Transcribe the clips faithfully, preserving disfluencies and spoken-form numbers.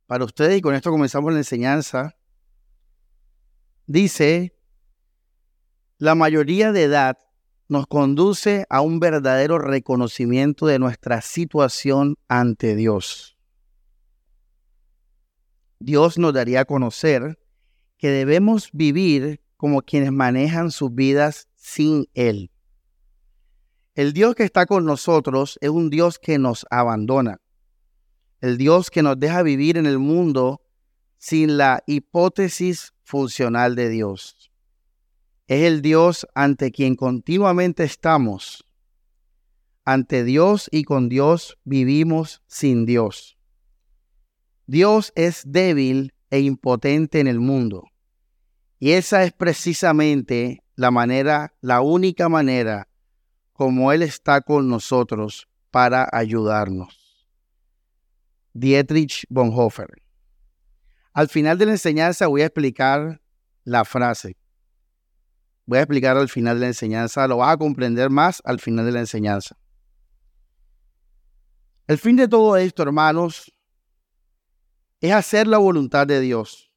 para ustedes, y con esto comenzamos la enseñanza. Dice, la mayoría de edad nos conduce a un verdadero reconocimiento de nuestra situación ante Dios. Dios nos daría a conocer que debemos vivir como quienes manejan sus vidas sin Él. El Dios que está con nosotros es un Dios que nos abandona. El Dios que nos deja vivir en el mundo sin la hipótesis funcional de Dios. Es el Dios ante quien continuamente estamos. Ante Dios y con Dios vivimos sin Dios. Dios es débil e impotente en el mundo. Y esa es precisamente la manera, la única manera como Él está con nosotros para ayudarnos. Dietrich Bonhoeffer. Al final de la enseñanza voy a explicar la frase. Voy a explicar al final de la enseñanza, lo vas a comprender más al final de la enseñanza. El fin de todo esto, hermanos, es hacer la voluntad de Dios.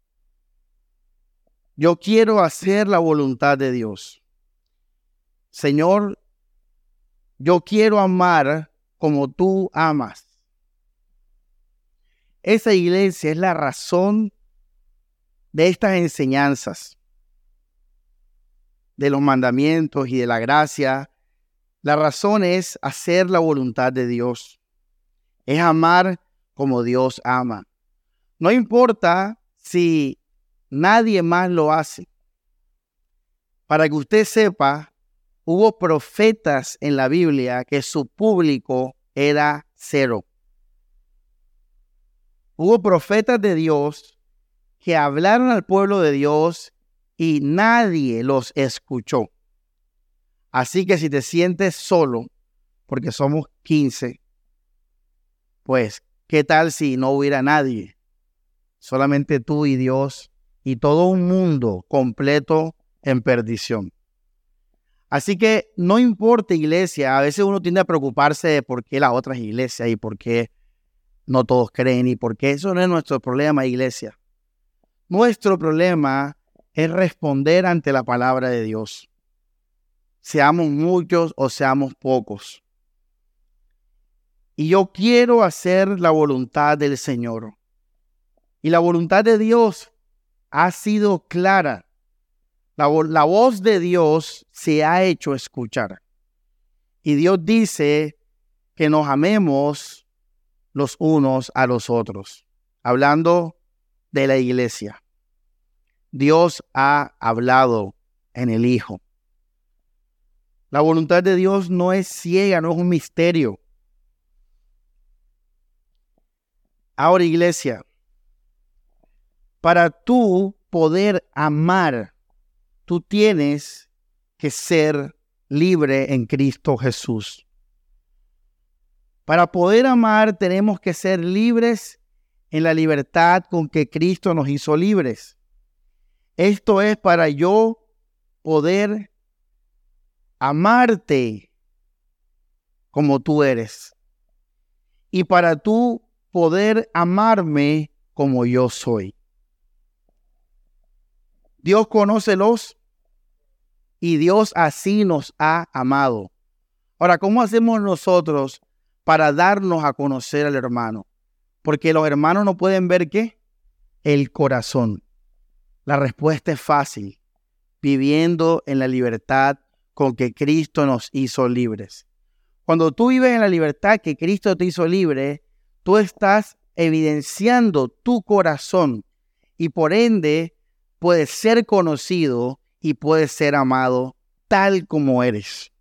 Yo quiero hacer la voluntad de Dios. Señor, yo quiero amar como tú amas. Esa iglesia es la razón de estas enseñanzas, de los mandamientos y de la gracia. La razón es hacer la voluntad de Dios. Es amar como Dios ama. No importa si nadie más lo hace. Para que usted sepa, hubo profetas en la Biblia que su público era cero. Hubo profetas de Dios que hablaron al pueblo de Dios y nadie los escuchó. Así que si te sientes solo, porque somos quince, pues, ¿qué tal si no hubiera nadie? Solamente tú y Dios y todo un mundo completo en perdición. Así que no importa, iglesia, a veces uno tiende a preocuparse de por qué las otras iglesias y por qué no todos creen y por qué. Eso no es nuestro problema, iglesia. Nuestro problema es responder ante la palabra de Dios. Seamos muchos o seamos pocos. Y yo quiero hacer la voluntad del Señor. Y la voluntad de Dios ha sido clara. La, la voz de Dios se ha hecho escuchar. Y Dios dice que nos amemos los unos a los otros. Hablando de la iglesia. Dios ha hablado en el Hijo. La voluntad de Dios no es ciega, no es un misterio. Ahora, iglesia, para tú poder amar, tú tienes que ser libre en Cristo Jesús. Para poder amar, tenemos que ser libres en la libertad con que Cristo nos hizo libres. Esto es para yo poder amarte como tú eres. Y para tú poder amarme como yo soy. Dios conoce los y Dios así nos ha amado. Ahora, ¿cómo hacemos nosotros para darnos a conocer al hermano? Porque los hermanos no pueden ver ¿qué? El corazón. La respuesta es fácil. Viviendo en la libertad con que Cristo nos hizo libres. Cuando tú vives en la libertad que Cristo te hizo libre, tú estás evidenciando tu corazón y por ende puedes ser conocido y puedes ser amado tal como eres.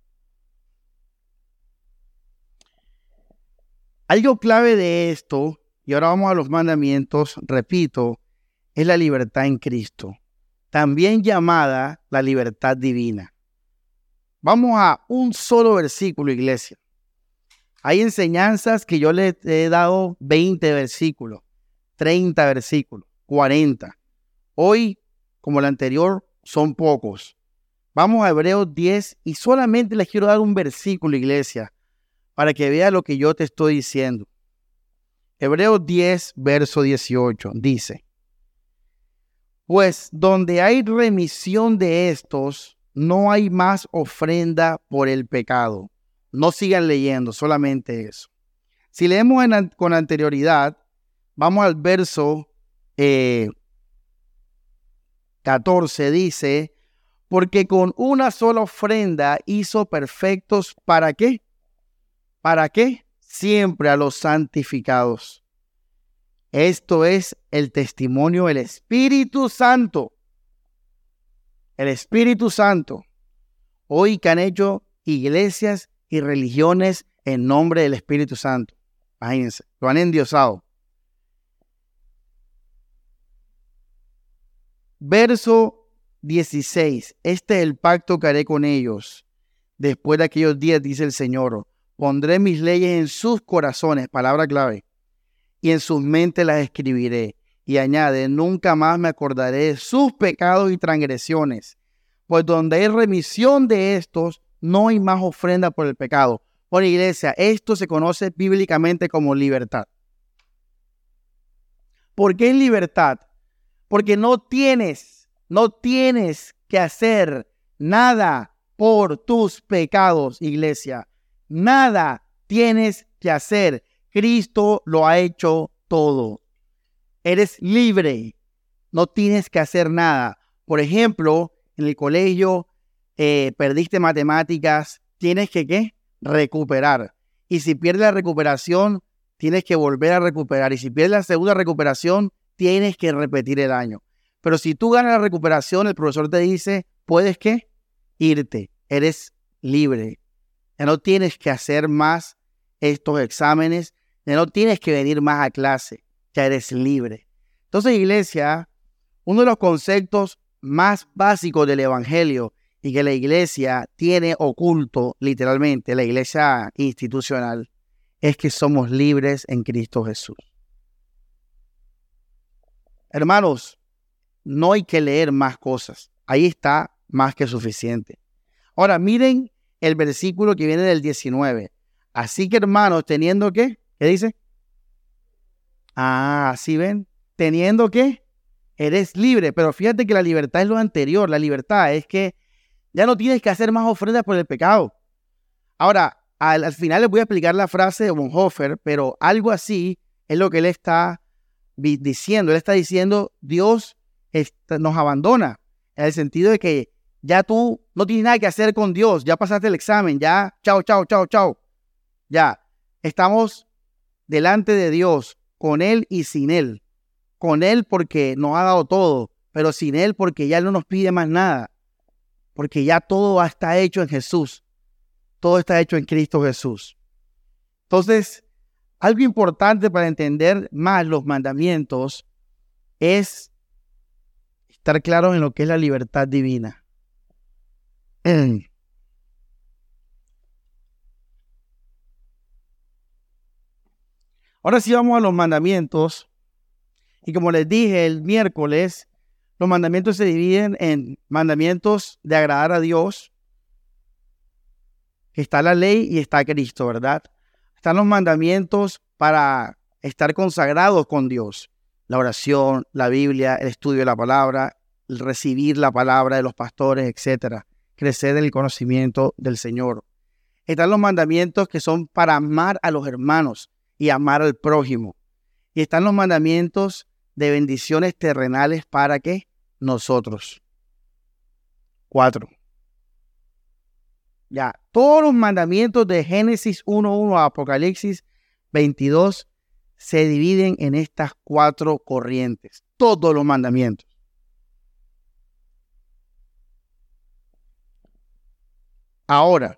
Algo clave de esto, y ahora vamos a los mandamientos, repito, es la libertad en Cristo, también llamada la libertad divina. Vamos a un solo versículo, iglesia. Hay enseñanzas que yo les he dado veinte versículos, treinta versículos, cuarenta. Hoy, como el anterior, son pocos. Vamos a Hebreos diez y solamente les quiero dar un versículo, iglesia, para que vea lo que yo te estoy diciendo. Hebreos diez, verso dieciocho, dice: pues donde hay remisión de estos, no hay más ofrenda por el pecado. No sigan leyendo, solamente eso. Si leemos en, con anterioridad, vamos al verso eh, catorce, dice: porque con una sola ofrenda hizo perfectos, ¿para qué? ¿Para qué? Siempre a los santificados. Esto es el testimonio del Espíritu Santo. El Espíritu Santo. Hoy que han hecho iglesias y religiones en nombre del Espíritu Santo. Imagínense, lo han endiosado. Verso dieciséis. Este es el pacto que haré con ellos. Después de aquellos días, dice el Señor, pondré mis leyes en sus corazones, palabra clave, y en sus mentes las escribiré. Y añade: nunca más me acordaré de sus pecados y transgresiones, pues donde hay remisión de estos, no hay más ofrenda por el pecado. Por iglesia, esto se conoce bíblicamente como libertad. ¿Por qué es libertad? Porque no tienes, no tienes que hacer nada por tus pecados, iglesia. Nada tienes que hacer. Cristo lo ha hecho todo. Eres libre. No tienes que hacer nada. Por ejemplo, en el colegio eh, perdiste matemáticas. Tienes que ¿qué? Recuperar. Y si pierdes la recuperación, tienes que volver a recuperar. Y si pierdes la segunda recuperación, tienes que repetir el año. Pero si tú ganas la recuperación, el profesor te dice: ¿puedes qué? Irte. Eres libre. Ya no tienes que hacer más estos exámenes. Ya no tienes que venir más a clase. Ya eres libre. Entonces, iglesia, uno de los conceptos más básicos del evangelio y que la iglesia tiene oculto, literalmente, la iglesia institucional, es que somos libres en Cristo Jesús. Hermanos, no hay que leer más cosas. Ahí está más que suficiente. Ahora, miren el versículo que viene del diecinueve. Así que, hermanos, teniendo ¿qué? ¿Qué dice? Ah, ¿sí ven? Teniendo ¿qué? Eres libre. Pero fíjate que la libertad es lo anterior. La libertad es que ya no tienes que hacer más ofrendas por el pecado. Ahora, al, al final les voy a explicar la frase de Bonhoeffer, pero algo así es lo que él está diciendo. Él está diciendo: Dios está, nos abandona, en el sentido de que ya tú no tienes nada que hacer con Dios. Ya pasaste el examen. Ya, chao, chao, chao, chao. Ya, estamos delante de Dios, con Él y sin Él. Con Él porque nos ha dado todo, pero sin Él porque ya Él no nos pide más nada. Porque ya todo está hecho en Jesús. Todo está hecho en Cristo Jesús. Entonces, algo importante para entender más los mandamientos es estar claros en lo que es la libertad divina. Ahora sí vamos a los mandamientos. Y como les dije el miércoles, los mandamientos se dividen en mandamientos de agradar a Dios. Está la ley y está Cristo, ¿verdad? Están los mandamientos para estar consagrados con Dios. La oración, la Biblia, el estudio de la palabra, el recibir la palabra de los pastores, etcétera. Crecer en el conocimiento del Señor. Están los mandamientos que son para amar a los hermanos y amar al prójimo. Y están los mandamientos de bendiciones terrenales para ¿qué? Nosotros. Cuatro. Ya, todos los mandamientos de Génesis uno uno a Apocalipsis veintidós se dividen en estas cuatro corrientes. Todos los mandamientos. Ahora,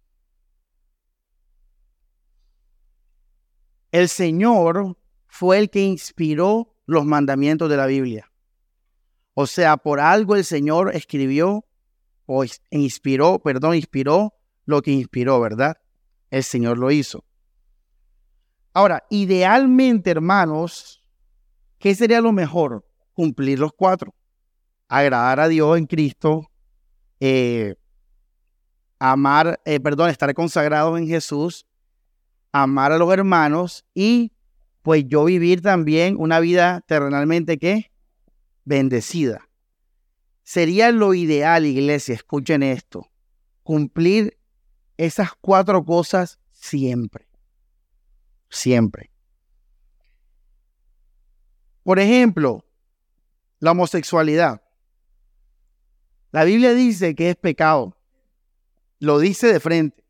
el Señor fue el que inspiró los mandamientos de la Biblia. O sea, por algo el Señor escribió o inspiró, perdón, inspiró lo que inspiró, ¿verdad? El Señor lo hizo. Ahora, idealmente, hermanos, ¿qué sería lo mejor? Cumplir los cuatro. Agradar a Dios en Cristo, eh, amar, eh, perdón, estar consagrados en Jesús, amar a los hermanos y pues yo vivir también una vida terrenalmente, ¿qué? Bendecida. Sería lo ideal, iglesia, escuchen esto, cumplir esas cuatro cosas siempre, siempre. Por ejemplo, la homosexualidad. La Biblia dice que es pecado. Lo dice de frente.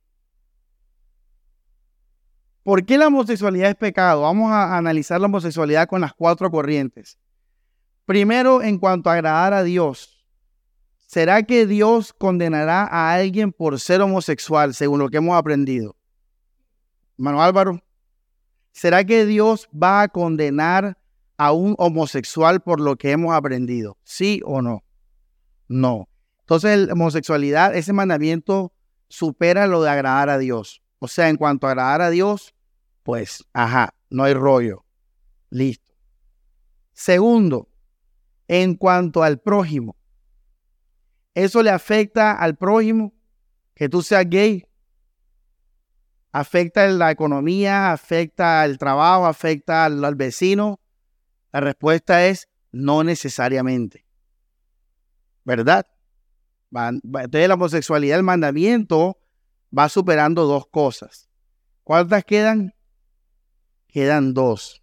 ¿Por qué la homosexualidad es pecado? Vamos a analizar la homosexualidad con las cuatro corrientes. Primero, en cuanto a agradar a Dios. ¿Será que Dios condenará a alguien por ser homosexual, según lo que hemos aprendido? Hermano Álvaro, ¿será que Dios va a condenar a un homosexual por lo que hemos aprendido? ¿Sí o no? No. Entonces, la homosexualidad, ese mandamiento supera lo de agradar a Dios. O sea, en cuanto a agradar a Dios, pues, ajá, no hay rollo. Listo. Segundo, en cuanto al prójimo. ¿Eso le afecta al prójimo? Que tú seas gay. ¿Afecta la economía? ¿Afecta el trabajo? ¿Afecta al, al vecino? La respuesta es no necesariamente. ¿Verdad? Va, va, entonces la homosexualidad, el mandamiento, va superando dos cosas. ¿Cuántas quedan? Quedan dos.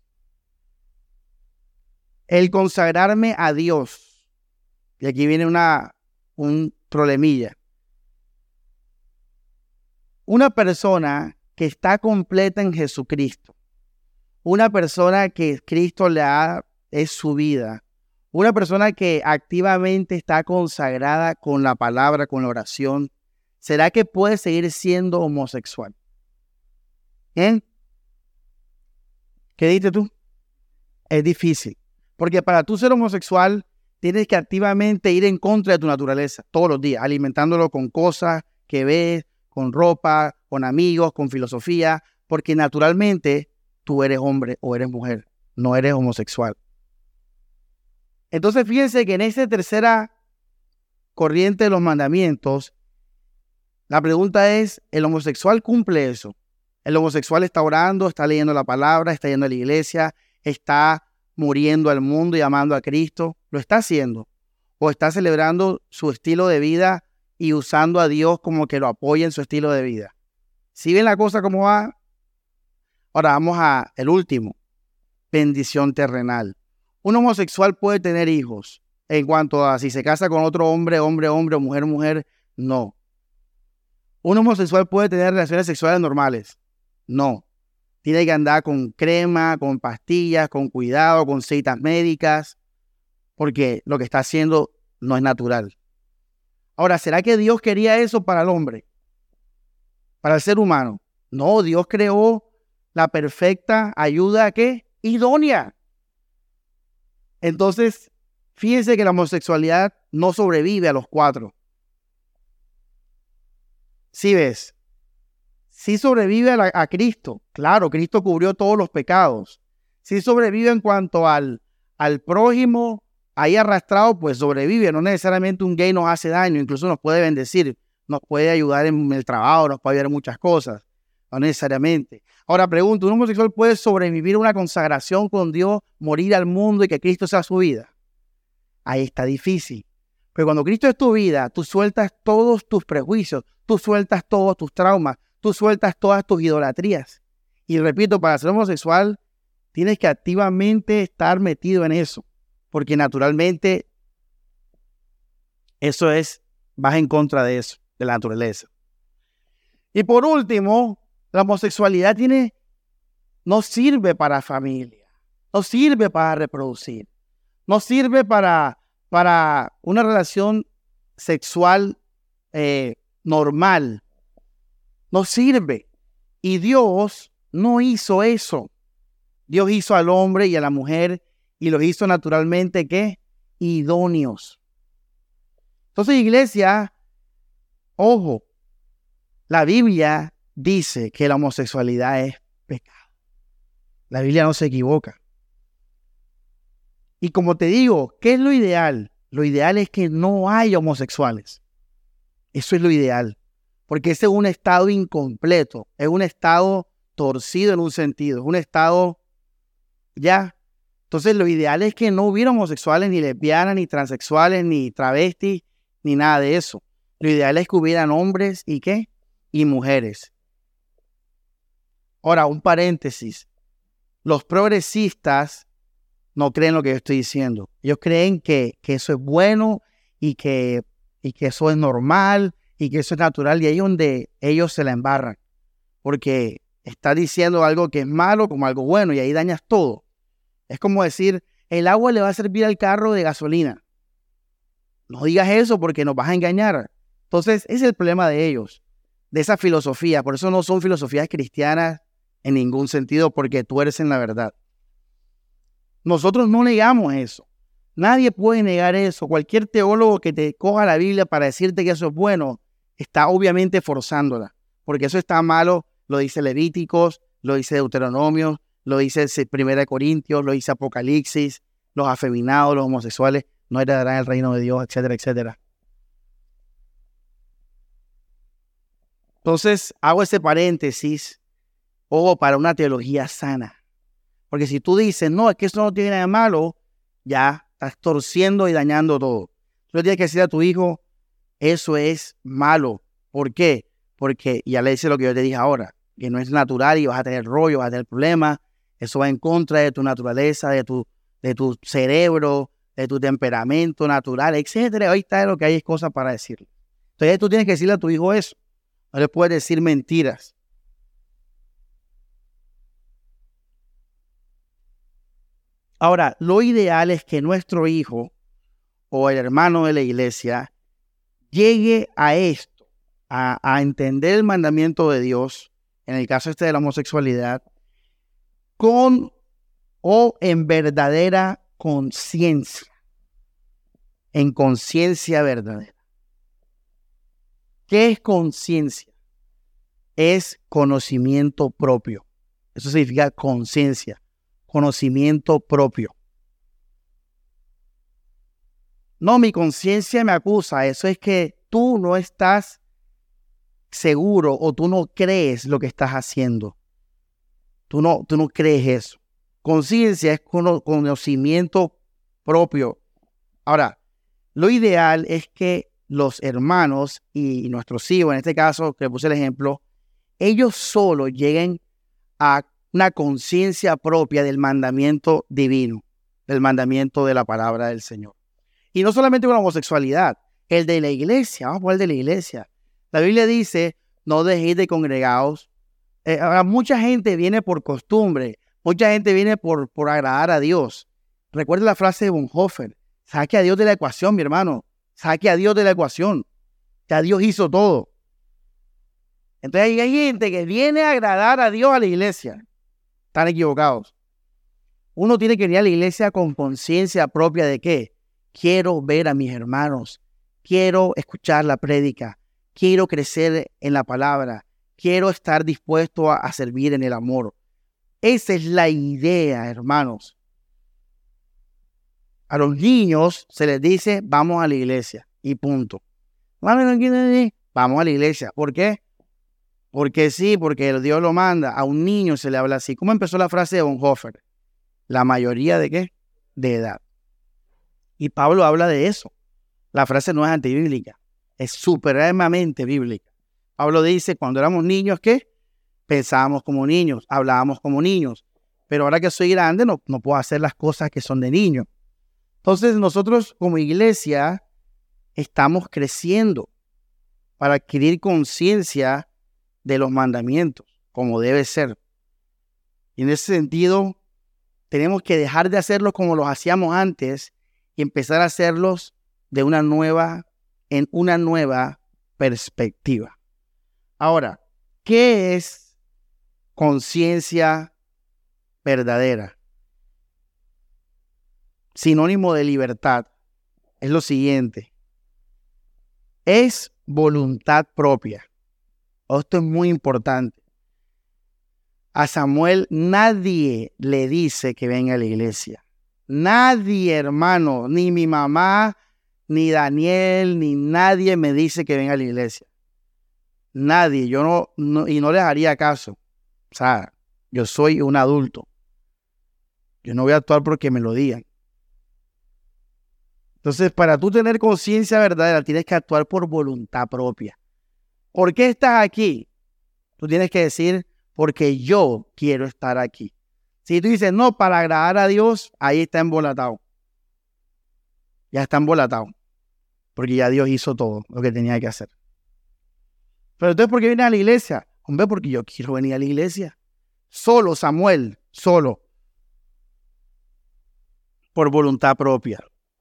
El consagrarme a Dios. Y aquí viene una, un problemilla. Una persona que está completa en Jesucristo, una persona que Cristo le ha, es su vida, una persona que activamente está consagrada con la palabra, con la oración, ¿será que puede seguir siendo homosexual? ¿Eh? ¿Qué dices tú? Es difícil, porque para tú ser homosexual tienes que activamente ir en contra de tu naturaleza todos los días, alimentándolo con cosas que ves, con ropa, con amigos, con filosofía, porque naturalmente tú eres hombre o eres mujer, no eres homosexual. Entonces fíjense que en esa tercera corriente de los mandamientos, la pregunta es, ¿el homosexual cumple eso? El homosexual está orando, está leyendo la palabra, está yendo a la iglesia, está muriendo al mundo y amando a Cristo. ¿Lo está haciendo? ¿O está celebrando su estilo de vida y usando a Dios como que lo apoya en su estilo de vida? ¿Sí ven la cosa cómo va? Ahora vamos a el último, bendición terrenal. Un homosexual puede tener hijos. En cuanto a si se casa con otro hombre, hombre, hombre o mujer, mujer, no. Un homosexual puede tener relaciones sexuales normales. No. Tiene que andar con crema, con pastillas, con cuidado, con citas médicas, porque lo que está haciendo no es natural. Ahora, ¿será que Dios quería eso para el hombre? Para el ser humano. No, Dios creó la perfecta ayuda, ¿qué? Idónea. Entonces, fíjense que la homosexualidad no sobrevive a los cuatro. ¿Sí ves? Sí sobrevive a, la, a Cristo. Claro, Cristo cubrió todos los pecados. Sí sobrevive en cuanto al, al prójimo ahí arrastrado, pues sobrevive. No necesariamente un gay nos hace daño, incluso nos puede bendecir, nos puede ayudar en el trabajo, nos puede ayudar en muchas cosas. No necesariamente. Ahora pregunto, ¿un homosexual puede sobrevivir a una consagración con Dios, morir al mundo y que Cristo sea su vida? Ahí está difícil. Pero cuando Cristo es tu vida, tú sueltas todos tus prejuicios, tú sueltas todos tus traumas, tú sueltas todas tus idolatrías. Y repito, para ser homosexual, tienes que activamente estar metido en eso, porque naturalmente eso es, vas en contra de eso, de la naturaleza. Y por último, la homosexualidad tiene, no sirve para familia, no sirve para reproducir, no sirve para, para una relación sexual eh, normal, no sirve. Y Dios no hizo eso. Dios hizo al hombre y a la mujer y los hizo naturalmente, ¿qué? Idóneos. Entonces, iglesia, ojo, la Biblia dice que la homosexualidad es pecado. La Biblia no se equivoca. Y como te digo, ¿qué es lo ideal? Lo ideal es que no haya homosexuales. Eso es lo ideal. Porque ese es un estado incompleto. Es un estado torcido en un sentido. Es un estado Ya. Entonces lo ideal es que no hubiera homosexuales, ni lesbianas, ni transexuales, ni travestis, ni nada de eso. Lo ideal es que hubieran hombres y ¿qué? Y mujeres. Ahora, un paréntesis. Los progresistas no creen lo que yo estoy diciendo. Ellos creen que, que eso es bueno y que, y que eso es normal y que eso es natural. Y ahí es donde ellos se la embarran. Porque está diciendo algo que es malo como algo bueno y ahí dañas todo. Es como decir, el agua le va a servir al carro de gasolina. No digas eso porque nos vas a engañar. Entonces, ese es el problema de ellos, de esa filosofía. Por eso no son filosofías cristianas en ningún sentido, porque tú eres en la verdad. Nosotros no negamos eso. Nadie puede negar eso. Cualquier teólogo que te coja la Biblia para decirte que eso es bueno, está obviamente forzándola, porque eso está malo. Lo dice Levíticos, lo dice Deuteronomio, lo dice Primera de Corintios, lo dice Apocalipsis, los afeminados, los homosexuales no heredarán el reino de Dios, etcétera, etcétera. Entonces, hago ese paréntesis, o para una teología sana. Porque si tú dices, no, es que eso no tiene nada de malo, ya estás torciendo y dañando todo. Tú le tienes que decir a tu hijo, eso es malo. ¿Por qué? Porque ya le dice lo que yo te dije ahora, que no es natural y vas a tener rollo, vas a tener problemas. Eso va en contra de tu naturaleza, de tu, de tu cerebro, de tu temperamento natural, etcétera. Ahí está lo que hay, es cosas para decirle. Entonces tú tienes que decirle a tu hijo eso. No le puedes decir mentiras. Ahora, lo ideal es que nuestro hijo o el hermano de la iglesia llegue a esto, a, a entender el mandamiento de Dios, en el caso este de la homosexualidad, con o en verdadera conciencia, en conciencia verdadera. ¿Qué es conciencia? Es conocimiento propio. Eso significa conciencia. Conocimiento propio. No, mi conciencia me acusa. Eso es que tú no estás seguro o tú no crees lo que estás haciendo. Tú no, tú no crees eso. Conciencia es cono- conocimiento propio. Ahora, lo ideal es que los hermanos y nuestros hijos, en este caso que puse el ejemplo, ellos solo lleguen a una conciencia propia del mandamiento divino, del mandamiento de la palabra del Señor. Y no solamente con la homosexualidad, el de la iglesia, vamos a poner el de la iglesia. La Biblia dice, no dejéis de congregaos. Eh, ahora, mucha gente viene por costumbre, mucha gente viene por, por agradar a Dios. Recuerda la frase de Bonhoeffer, saque a Dios de la ecuación, mi hermano, saque a Dios de la ecuación. Ya Dios hizo todo. Entonces hay gente que viene a agradar a Dios a la iglesia. Están equivocados. Uno tiene que ir a la iglesia con conciencia propia de qué. Quiero ver a mis hermanos. Quiero escuchar la prédica. Quiero crecer en la palabra. Quiero estar dispuesto a, a servir en el amor. Esa es la idea, hermanos. A los niños se les dice, vamos a la iglesia. Y punto. Vamos a la iglesia. ¿Por qué? Porque sí, porque Dios lo manda. A un niño se le habla así. ¿Cómo empezó la frase de Bonhoeffer? La mayoría de qué? De edad. Y Pablo habla de eso. La frase no es antibíblica. Es supremamente bíblica. Pablo dice, cuando éramos niños, ¿qué? Pensábamos como niños, hablábamos como niños. Pero ahora que soy grande, no, no puedo hacer las cosas que son de niño. Entonces, nosotros como iglesia estamos creciendo para adquirir conciencia de los mandamientos, como debe ser. Y en ese sentido, tenemos que dejar de hacerlos como los hacíamos antes y empezar a hacerlos de una nueva, en una nueva perspectiva. Ahora, ¿qué es conciencia verdadera? Sinónimo de libertad es lo siguiente. Es voluntad propia. Esto es muy importante. A Samuel nadie le dice que venga a la iglesia. Nadie, hermano, ni mi mamá, ni Daniel, ni nadie me dice que venga a la iglesia. Nadie, yo no, no y no les haría caso. O sea, yo soy un adulto. Yo no voy a actuar porque me lo digan. Entonces, para tú tener conciencia verdadera, tienes que actuar por voluntad propia. ¿Por qué estás aquí? Tú tienes que decir, porque yo quiero estar aquí. Si tú dices, no, para agradar a Dios, ahí está embolatado. Ya está embolatado. Porque ya Dios hizo todo lo que tenía que hacer. Pero entonces, ¿por qué vienes a la iglesia? Hombre, porque yo quiero venir a la iglesia. Solo, Samuel, solo. Por voluntad propia.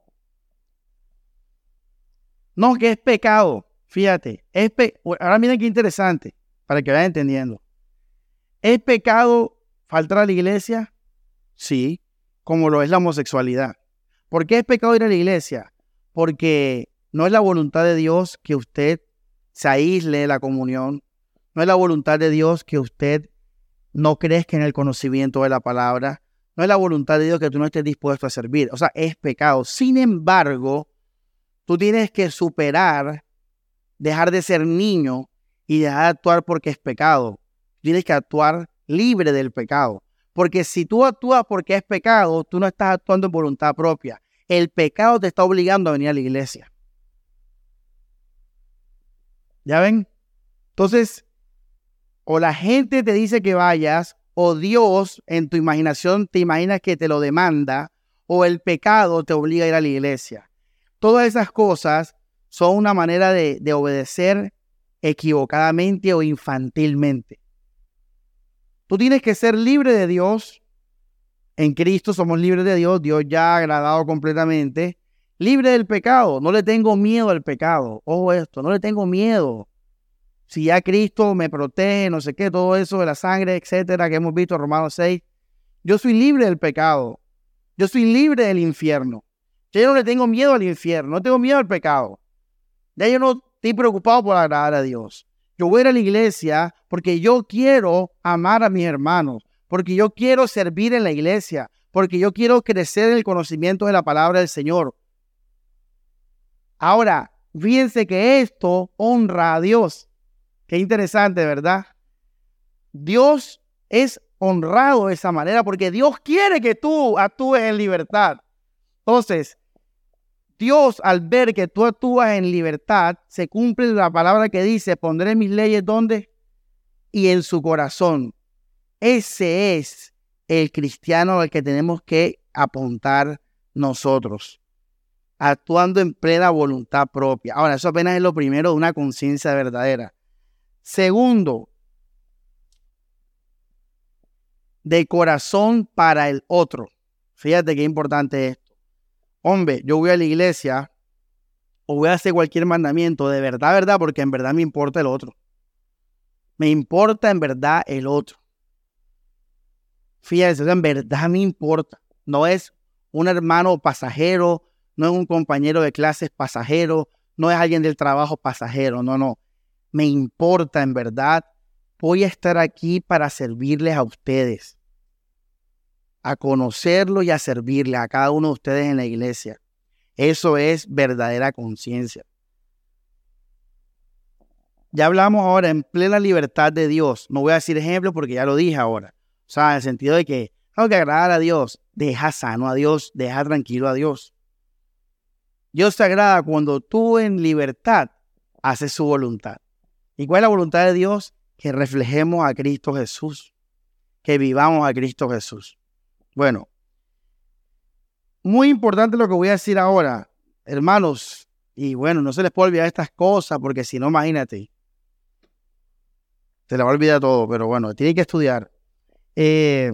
No, que es pecado. Fíjate. Es pe... Ahora miren qué interesante, para que vayan entendiendo. ¿Es pecado faltar a la iglesia? Sí, como lo es la homosexualidad. ¿Por qué es pecado ir a la iglesia? Porque no es la voluntad de Dios que usted se aísle de la comunión. No es la voluntad de Dios que usted no crezca en el conocimiento de la palabra. No es la voluntad de Dios que tú no estés dispuesto a servir. O sea, es pecado. Sin embargo, tú tienes que superar, dejar de ser niño y dejar de actuar porque es pecado. Tienes que actuar libre del pecado. Porque si tú actúas porque es pecado, tú no estás actuando en voluntad propia. El pecado te está obligando a venir a la iglesia. ¿Ya ven? Entonces, o la gente te dice que vayas, o Dios en tu imaginación te imaginas que te lo demanda, o el pecado te obliga a ir a la iglesia. Todas esas cosas son una manera de, de obedecer equivocadamente o infantilmente. Tú tienes que ser libre de Dios. En Cristo somos libres de Dios. Dios ya ha agradado completamente. Libre del pecado. No le tengo miedo al pecado. Ojo esto, no le tengo miedo. Si ya Cristo me protege, no sé qué, todo eso de la sangre, etcétera, que hemos visto en Romanos seis. Yo soy libre del pecado. Yo soy libre del infierno. Yo no le tengo miedo al infierno. No tengo miedo al pecado. Ya yo no estoy preocupado por agradar a Dios. Yo voy a ir a la iglesia porque yo quiero amar a mis hermanos, porque yo quiero servir en la iglesia, porque yo quiero crecer en el conocimiento de la palabra del Señor. Ahora, fíjense que esto honra a Dios. Qué interesante, ¿verdad? Dios es honrado de esa manera porque Dios quiere que tú actúes en libertad. Entonces, Dios, al ver que tú actúas en libertad, se cumple la palabra que dice, pondré mis leyes ¿dónde? Y en su corazón. Ese es el cristiano al que tenemos que apuntar nosotros, actuando en plena voluntad propia. Ahora, eso apenas es lo primero de una conciencia verdadera. Segundo, de corazón para el otro. Fíjate qué importante es esto. Hombre, yo voy a la iglesia o voy a hacer cualquier mandamiento de verdad, verdad, porque en verdad me importa el otro. Me importa en verdad el otro. Fíjense, en verdad me importa. No es un hermano pasajero, no es un compañero de clases pasajero, no es alguien del trabajo pasajero, no, no. Me importa en verdad. Voy a estar aquí para servirles a ustedes, a conocerlos y a servirles a cada uno de ustedes en la iglesia. Eso es verdadera conciencia. Ya hablamos ahora en plena libertad de Dios. No voy a decir ejemplos porque ya lo dije ahora. O sea, en el sentido de que tengo que agradar a Dios. Deja sano a Dios, deja tranquilo a Dios. Dios te agrada cuando tú en libertad haces su voluntad. ¿Y cuál es la voluntad de Dios? Que reflejemos a Cristo Jesús. Que vivamos a Cristo Jesús. Bueno, muy importante lo que voy a decir ahora, hermanos. Y bueno, no se les puede olvidar estas cosas porque si no, imagínate. Se les va a olvidar todo, pero bueno, tienen que estudiar. Eh,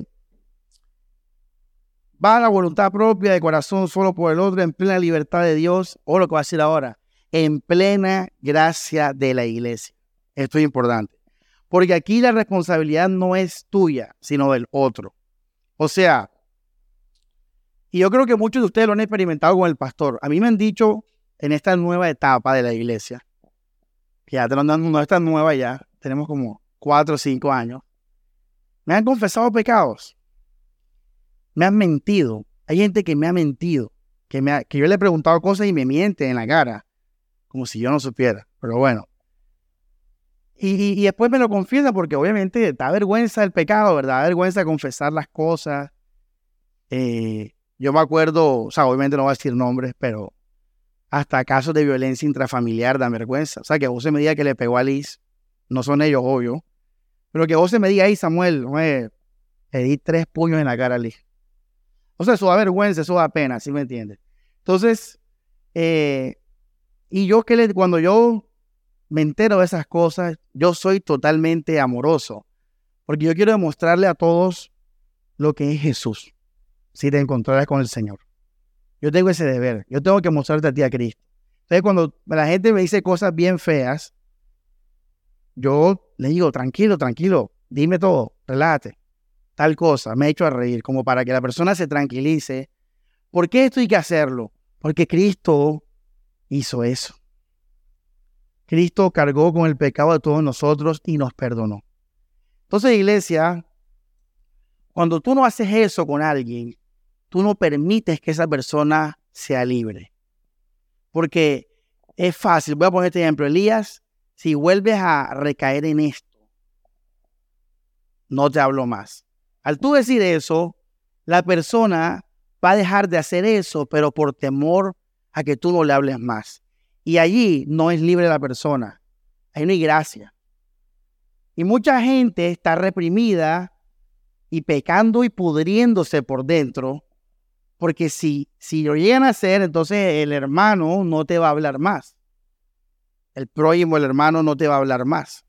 va a la voluntad propia de corazón solo por el otro, en plena libertad de Dios, o lo que va a decir ahora, en plena gracia de la iglesia. Esto es importante, porque aquí la responsabilidad no es tuya, sino del otro. O sea, y yo creo que muchos de ustedes lo han experimentado con el pastor. A mí me han dicho en esta nueva etapa de la iglesia, que ya no, no está nueva ya, tenemos como cuatro o cinco años, me han confesado pecados. Me han mentido. Hay gente que me ha mentido. Que, me ha, que yo le he preguntado cosas y me miente en la cara. Como si yo no supiera. Pero bueno. Y, y, y después me lo confiesa porque obviamente da vergüenza el pecado, ¿verdad? Da vergüenza confesar las cosas. Eh, yo me acuerdo, o sea, obviamente no voy a decir nombres, pero hasta casos de violencia intrafamiliar dan vergüenza. O sea, que José me diga que le pegó a Liz, no son ellos, obvio, pero que José me diga, ahí Samuel, no me, le di tres puños en la cara a Liz. O sea, eso da vergüenza, eso da pena, ¿sí me entiendes? Entonces, eh, y yo que le, cuando yo me entero de esas cosas, yo soy totalmente amoroso, porque yo quiero demostrarle a todos lo que es Jesús, si te encontraras con el Señor. Yo tengo ese deber, yo tengo que mostrarte a ti a Cristo. Entonces, cuando la gente me dice cosas bien feas, yo le digo, tranquilo, tranquilo, dime todo, relájate, tal cosa, me he hecho a reír, como para que la persona se tranquilice. ¿Por qué esto hay que hacerlo? Porque Cristo hizo eso. Cristo cargó con el pecado de todos nosotros y nos perdonó. Entonces, iglesia, cuando tú no haces eso con alguien, tú no permites que esa persona sea libre. Porque es fácil. Voy a poner este ejemplo. Elías, si vuelves a recaer en esto, no te hablo más. Al tú decir eso, la persona va a dejar de hacer eso, pero por temor a que tú no le hables más. Y allí no es libre la persona. Ahí no hay gracia. Y mucha gente está reprimida y pecando y pudriéndose por dentro, porque si, si lo llegan a hacer, entonces el hermano no te va a hablar más. El prójimo, el hermano no te va a hablar más.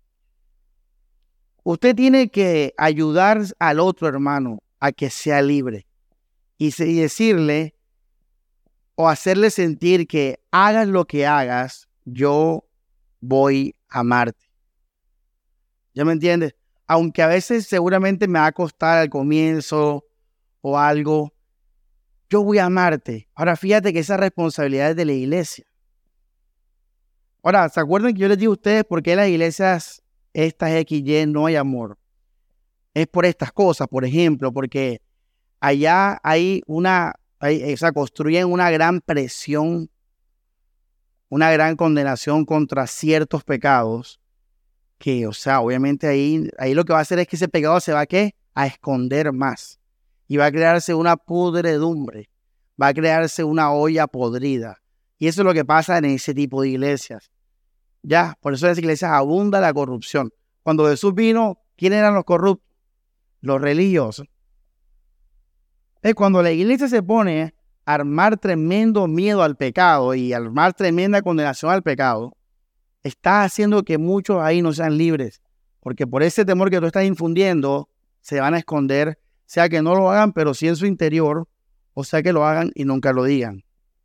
Usted tiene que ayudar al otro hermano a que sea libre y, y decirle o hacerle sentir que hagas lo que hagas, yo voy a amarte. ¿Ya me entiendes? Aunque a veces seguramente me va a costar al comienzo o algo, yo voy a amarte. Ahora fíjate que esa responsabilidad es de la iglesia. Ahora, ¿se acuerdan que yo les digo a ustedes por qué en las iglesias estas equis ye no hay amor? Es por estas cosas, por ejemplo, porque allá hay una, hay, o sea, construyen una gran presión, una gran condenación contra ciertos pecados que, o sea, obviamente ahí, ahí lo que va a hacer es que ese pecado se va a, ¿qué? A esconder más. Y va a crearse una pudredumbre, va a crearse una olla podrida. Y eso es lo que pasa en ese tipo de iglesias. Ya, por eso en esas iglesias abunda la corrupción. Cuando Jesús vino, ¿quiénes eran los corruptos? Los religiosos. Es cuando la iglesia se pone a armar tremendo miedo al pecado y a armar tremenda condenación al pecado, está haciendo que muchos ahí no sean libres. Porque por ese temor que tú estás infundiendo, se van a esconder, sea que no lo hagan, pero sí en su interior, o sea que lo hagan y nunca lo digan.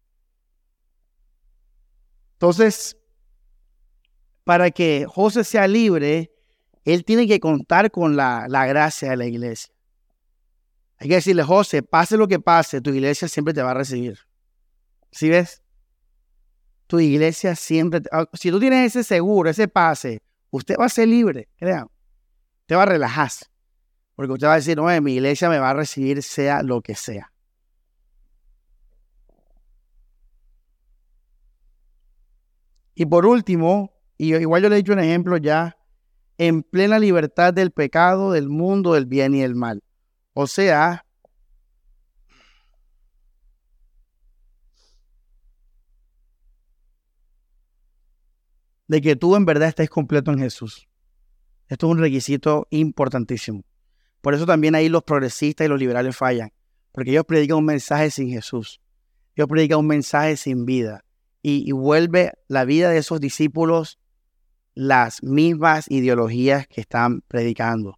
Entonces, para que José sea libre, él tiene que contar con la, la gracia de la iglesia. Hay que decirle, José, pase lo que pase, tu iglesia siempre te va a recibir. ¿Sí ves? Tu iglesia siempre, te, si tú tienes ese seguro, ese pase, usted va a ser libre, crean. Usted va a relajarse. Porque usted va a decir, no, mi iglesia me va a recibir sea lo que sea. Y por último, y igual yo le he dicho un ejemplo ya, en plena libertad del pecado, del mundo, del bien y del mal. O sea, de que tú en verdad estés completo en Jesús. Esto es un requisito importantísimo. Por eso también ahí los progresistas y los liberales fallan, porque ellos predican un mensaje sin Jesús. Ellos predican un mensaje sin vida y, y vuelve la vida de esos discípulos las mismas ideologías que están predicando.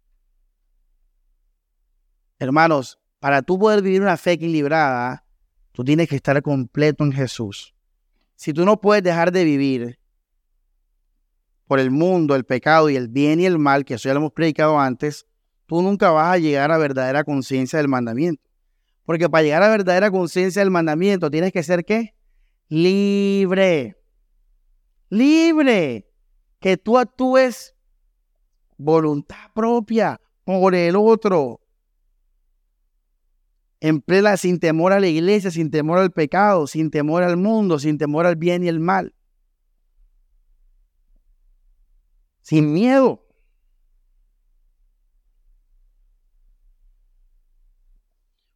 Hermanos, para tú poder vivir una fe equilibrada, tú tienes que estar completo en Jesús. Si tú no puedes dejar de vivir por el mundo, el pecado y el bien y el mal, que eso ya lo hemos predicado antes, tú nunca vas a llegar a verdadera conciencia del mandamiento. Porque para llegar a verdadera conciencia del mandamiento tienes que ser, ¿qué? Libre. Libre. Que tú actúes voluntad propia por el otro. En plena, sin temor a la iglesia, sin temor al pecado, sin temor al mundo, sin temor al bien y el mal. Sin miedo.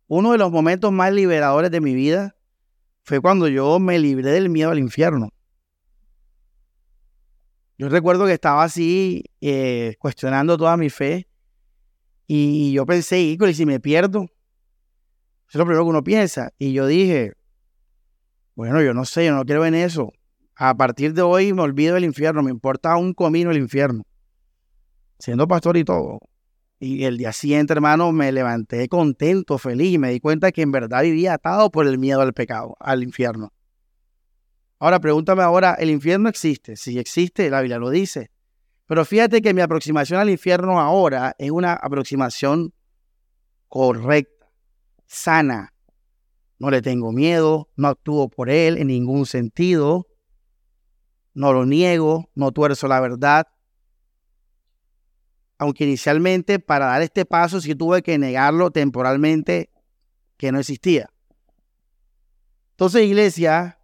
Uno de los momentos más liberadores de mi vida fue cuando yo me libré del miedo al infierno. Yo recuerdo que estaba así eh, cuestionando toda mi fe y yo pensé, híjole, ¿y si me pierdo? Eso es lo primero que uno piensa. Y yo dije, bueno, yo no sé, yo no creo en eso. A partir de hoy me olvido del infierno, me importa un comino el infierno. Siendo pastor y todo. Y el día siguiente, hermano, me levanté contento, feliz, y me di cuenta que en verdad vivía atado por el miedo al pecado, al infierno. Ahora, pregúntame ahora, ¿el infierno existe? Sí existe, la Biblia lo dice. Pero fíjate que mi aproximación al infierno ahora es una aproximación correcta, sana. No le tengo miedo, no actúo por él en ningún sentido, no lo niego, no tuerzo la verdad. Aunque inicialmente para dar este paso sí tuve que negarlo temporalmente, que no existía. Entonces, iglesia,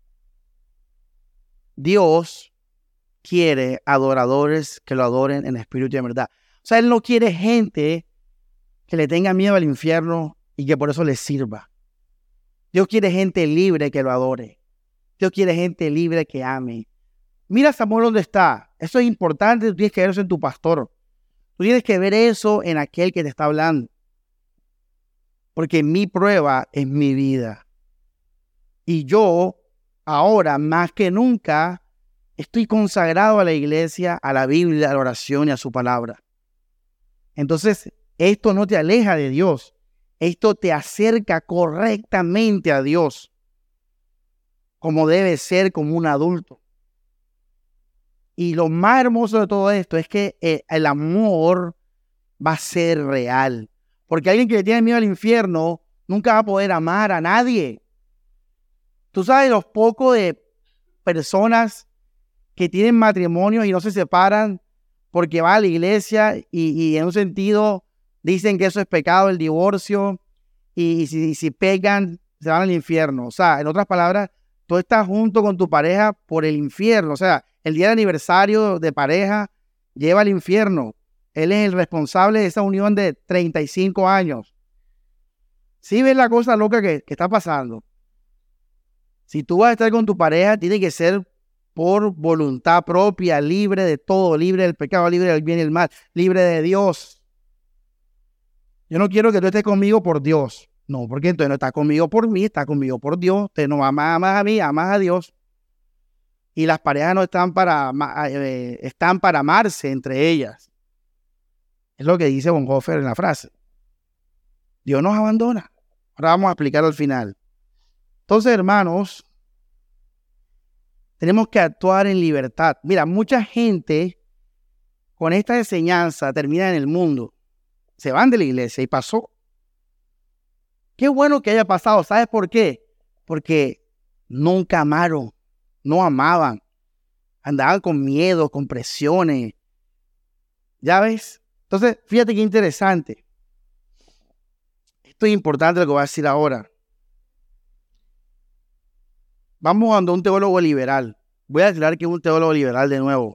Dios quiere adoradores que lo adoren en espíritu y en verdad. O sea, Él no quiere gente que le tenga miedo al infierno y que por eso le sirva. Dios quiere gente libre que lo adore. Dios quiere gente libre que ame. Mira Samuel dónde está. Eso es importante, tú tienes que ver eso en tu pastor. Tú tienes que ver eso en aquel que te está hablando. Porque mi prueba es mi vida. Y yo, ahora, más que nunca, estoy consagrado a la iglesia, a la Biblia, a la oración y a su palabra. Entonces, esto no te aleja de Dios. Esto te acerca correctamente a Dios. Como debe ser como un adulto. Y lo más hermoso de todo esto es que eh, el amor va a ser real. Porque alguien que le tiene miedo al infierno nunca va a poder amar a nadie. Tú sabes los pocos de personas que tienen matrimonio y no se separan porque van a la iglesia y, y en un sentido dicen que eso es pecado, el divorcio, y, y, si, y si pegan se van al infierno. O sea, en otras palabras, tú estás junto con tu pareja por el infierno. O sea, el día de aniversario de pareja lleva al infierno. Él es el responsable de esa unión de treinta y cinco años. ¿Sí ves la cosa loca que, que está pasando? Si tú vas a estar con tu pareja, tiene que ser por voluntad propia, libre de todo, libre del pecado, libre del bien y el mal, libre de Dios. Yo no quiero que tú estés conmigo por Dios. No, porque entonces no estás conmigo por mí, estás conmigo por Dios. Te no amas, amas a mí, amas a Dios. Y las parejas no están para, eh, están para amarse entre ellas. Es lo que dice Bonhoeffer en la frase. Dios nos abandona. Ahora vamos a explicarlo al final. Entonces, hermanos, tenemos que actuar en libertad. Mira, mucha gente con esta enseñanza termina en el mundo. Se van de la iglesia y pasó. Qué bueno que haya pasado. ¿Sabes por qué? Porque nunca amaron, no amaban. Andaban con miedo, con presiones. ¿Ya ves? Entonces, fíjate qué interesante. Esto es importante lo que voy a decir ahora. Vamos a un teólogo liberal. Voy a aclarar que es un teólogo liberal de nuevo.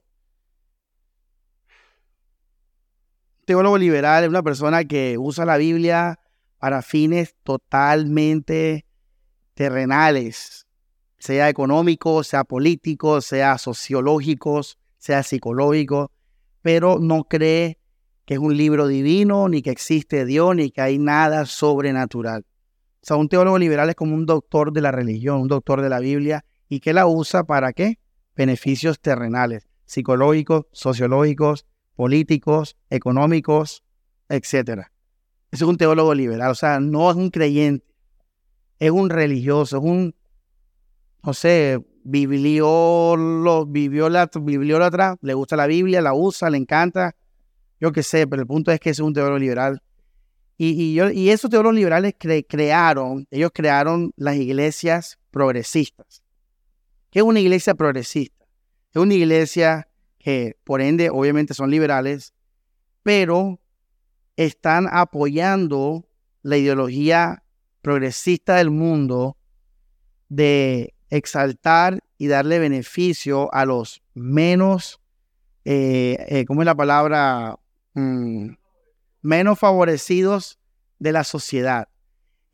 Un teólogo liberal es una persona que usa la Biblia para fines totalmente terrenales, sea económicos, sea políticos, sea sociológicos, sea psicológicos, pero no cree que es un libro divino, ni que existe Dios, ni que hay nada sobrenatural. O sea, un teólogo liberal es como un doctor de la religión, un doctor de la Biblia, y que la usa para ¿qué? Beneficios terrenales, psicológicos, sociológicos, políticos, económicos, etcétera. Ese es un teólogo liberal, o sea, no es un creyente, es un religioso, es un, no sé, bibliólogo, bibliólatra, le gusta la Biblia, la usa, le encanta, yo qué sé, pero el punto es que es un teólogo liberal. Y, y, yo, y esos teólogos liberales cre, crearon, ellos crearon las iglesias progresistas. ¿Qué es una iglesia progresista? Es una iglesia que, por ende, obviamente son liberales, pero están apoyando la ideología progresista del mundo de exaltar y darle beneficio a los menos, eh, eh, ¿cómo es la palabra? Mm, menos favorecidos de la sociedad.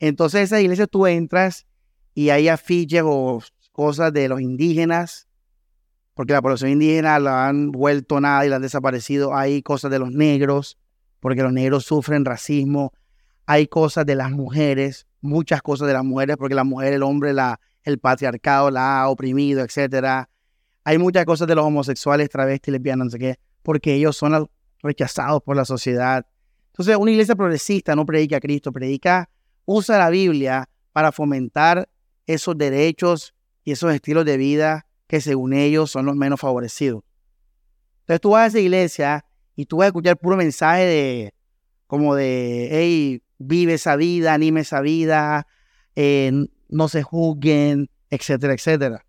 Entonces esas iglesias tú entras y hay afiches o cosas de los indígenas, porque la población indígena la han vuelto nada y la han desaparecido. Hay cosas de los negros, porque los negros sufren racismo. Hay cosas de las mujeres, muchas cosas de las mujeres, porque la mujer, el hombre, la, el patriarcado la ha oprimido, etcétera. Hay muchas cosas de los homosexuales, travestis, lesbianas, no sé qué, porque ellos son rechazados por la sociedad. Entonces, una iglesia progresista no predica a Cristo, predica, usa la Biblia para fomentar esos derechos y esos estilos de vida que según ellos son los menos favorecidos. Entonces, tú vas a esa iglesia y tú vas a escuchar puro mensaje de, como de, hey, vive esa vida, anime esa vida, eh, no se juzguen, etcétera, etcétera.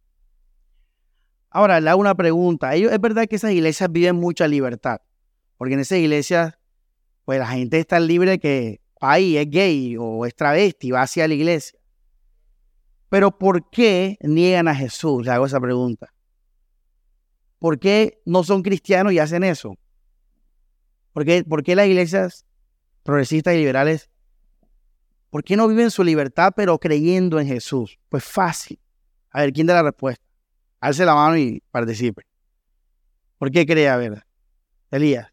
Ahora, le hago una pregunta. Ellos, es verdad que esas iglesias viven mucha libertad, porque en esas iglesias, pues la gente está libre de que, ay, es gay o es travesti, va hacia la iglesia. Pero ¿por qué niegan a Jesús? Le hago esa pregunta. ¿Por qué no son cristianos y hacen eso? ¿Por qué, por qué las iglesias progresistas y liberales, por qué no viven su libertad pero creyendo en Jesús? Pues fácil. A ver, ¿quién da la respuesta? Alce la mano y participe. ¿Por qué cree? A ver, Elías.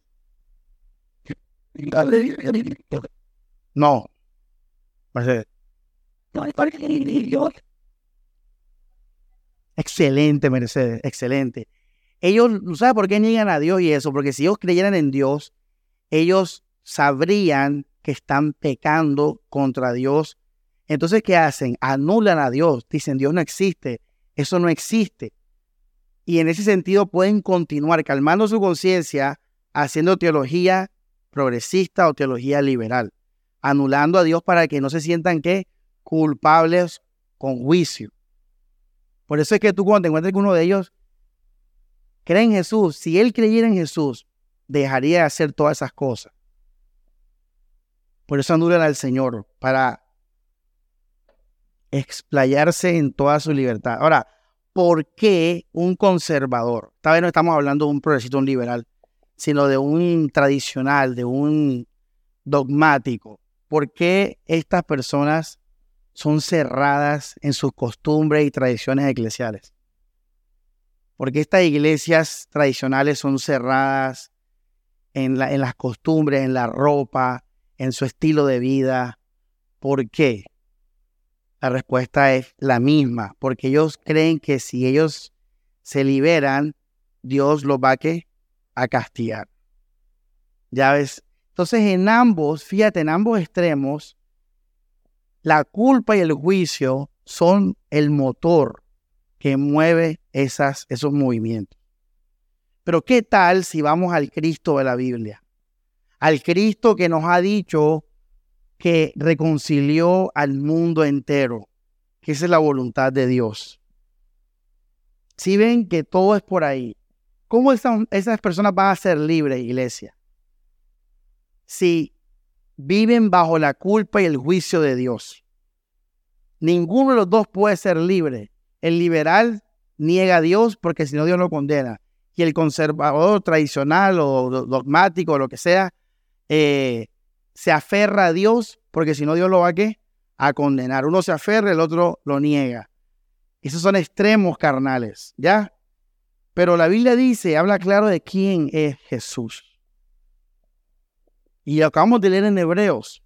No. Mercedes. Excelente, Mercedes, excelente. Ellos, ¿sabes por qué niegan a Dios y eso? Porque si ellos creyeran en Dios, ellos sabrían que están pecando contra Dios. Entonces, ¿qué hacen? Anulan a Dios. Dicen, Dios no existe. Eso no existe. Y en ese sentido pueden continuar calmando su conciencia, haciendo teología progresista o teología liberal, anulando a Dios para que no se sientan ¿qué? Culpables con juicio. Por eso es que tú cuando te encuentres con uno de ellos, cree en Jesús. Si él creyera en Jesús, dejaría de hacer todas esas cosas. Por eso anulan al Señor, para explayarse en toda su libertad. Ahora, ¿por qué un conservador? Esta vez no estamos hablando de un progresista, un liberal, sino de un tradicional, de un dogmático. ¿Por qué estas personas son cerradas en sus costumbres y tradiciones eclesiales? ¿Por qué estas iglesias tradicionales son cerradas en, la, en las costumbres, en la ropa, en su estilo de vida? ¿Por qué? La respuesta es la misma, porque ellos creen que si ellos se liberan, Dios los va a, ¿qué? a castigar. Ya ves. Entonces, en ambos, fíjate, en ambos extremos, la culpa y el juicio son el motor que mueve esas, esos movimientos. Pero ¿qué tal si vamos al Cristo de la Biblia? Al Cristo que nos ha dicho que reconcilió al mundo entero, que esa es la voluntad de Dios. Si ven que todo es por ahí, ¿cómo esas, esas personas van a ser libres, iglesia? Si viven bajo la culpa y el juicio de Dios. Ninguno de los dos puede ser libre. El liberal niega a Dios porque si no Dios lo condena. Y el conservador tradicional o dogmático o lo que sea, eh, se aferra a Dios porque si no Dios lo va a ¿qué? A condenar. Uno se aferra, el otro lo niega. Esos son extremos carnales, ¿ya? Pero la Biblia dice, habla claro de quién es Jesús. Y lo acabamos de leer en Hebreos.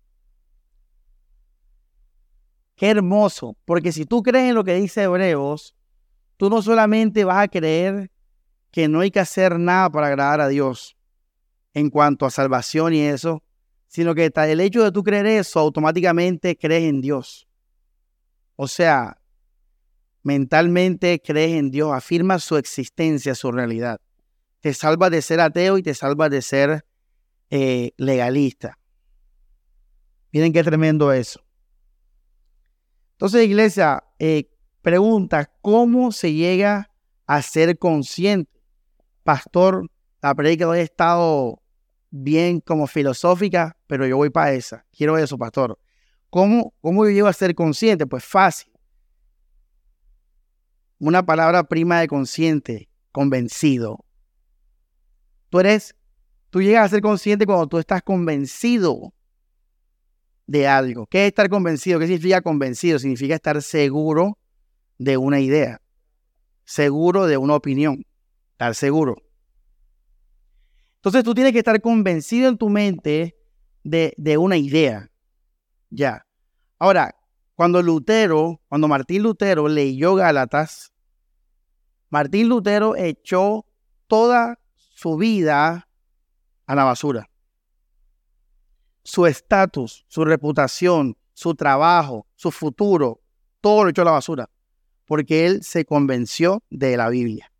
Qué hermoso, porque si tú crees en lo que dice Hebreos, tú no solamente vas a creer que no hay que hacer nada para agradar a Dios en cuanto a salvación y eso, sino que el hecho de tú creer eso, automáticamente crees en Dios. O sea, mentalmente crees en Dios, afirmas su existencia, su realidad. Te salvas de ser ateo y te salvas de ser eh, legalista. Miren qué tremendo eso. Entonces, iglesia, eh, pregunta, ¿cómo se llega a ser consciente? Pastor, la predica hoy ha estado bien como filosófica, pero yo voy para esa. Quiero eso, pastor. ¿Cómo, cómo yo llego a ser consciente? Pues fácil. Una palabra prima de consciente, convencido. Tú eres, tú llegas a ser consciente cuando tú estás convencido de algo. ¿Qué es estar convencido? ¿Qué significa convencido? Significa estar seguro de una idea, seguro de una opinión, estar seguro. Entonces tú tienes que estar convencido en tu mente de, de una idea. Ya. Ahora, cuando Lutero, cuando Martín Lutero leyó Gálatas, Martín Lutero echó toda su vida a la basura. Su estatus, su reputación, su trabajo, su futuro, todo lo echó a la basura, porque él se convenció de la Biblia.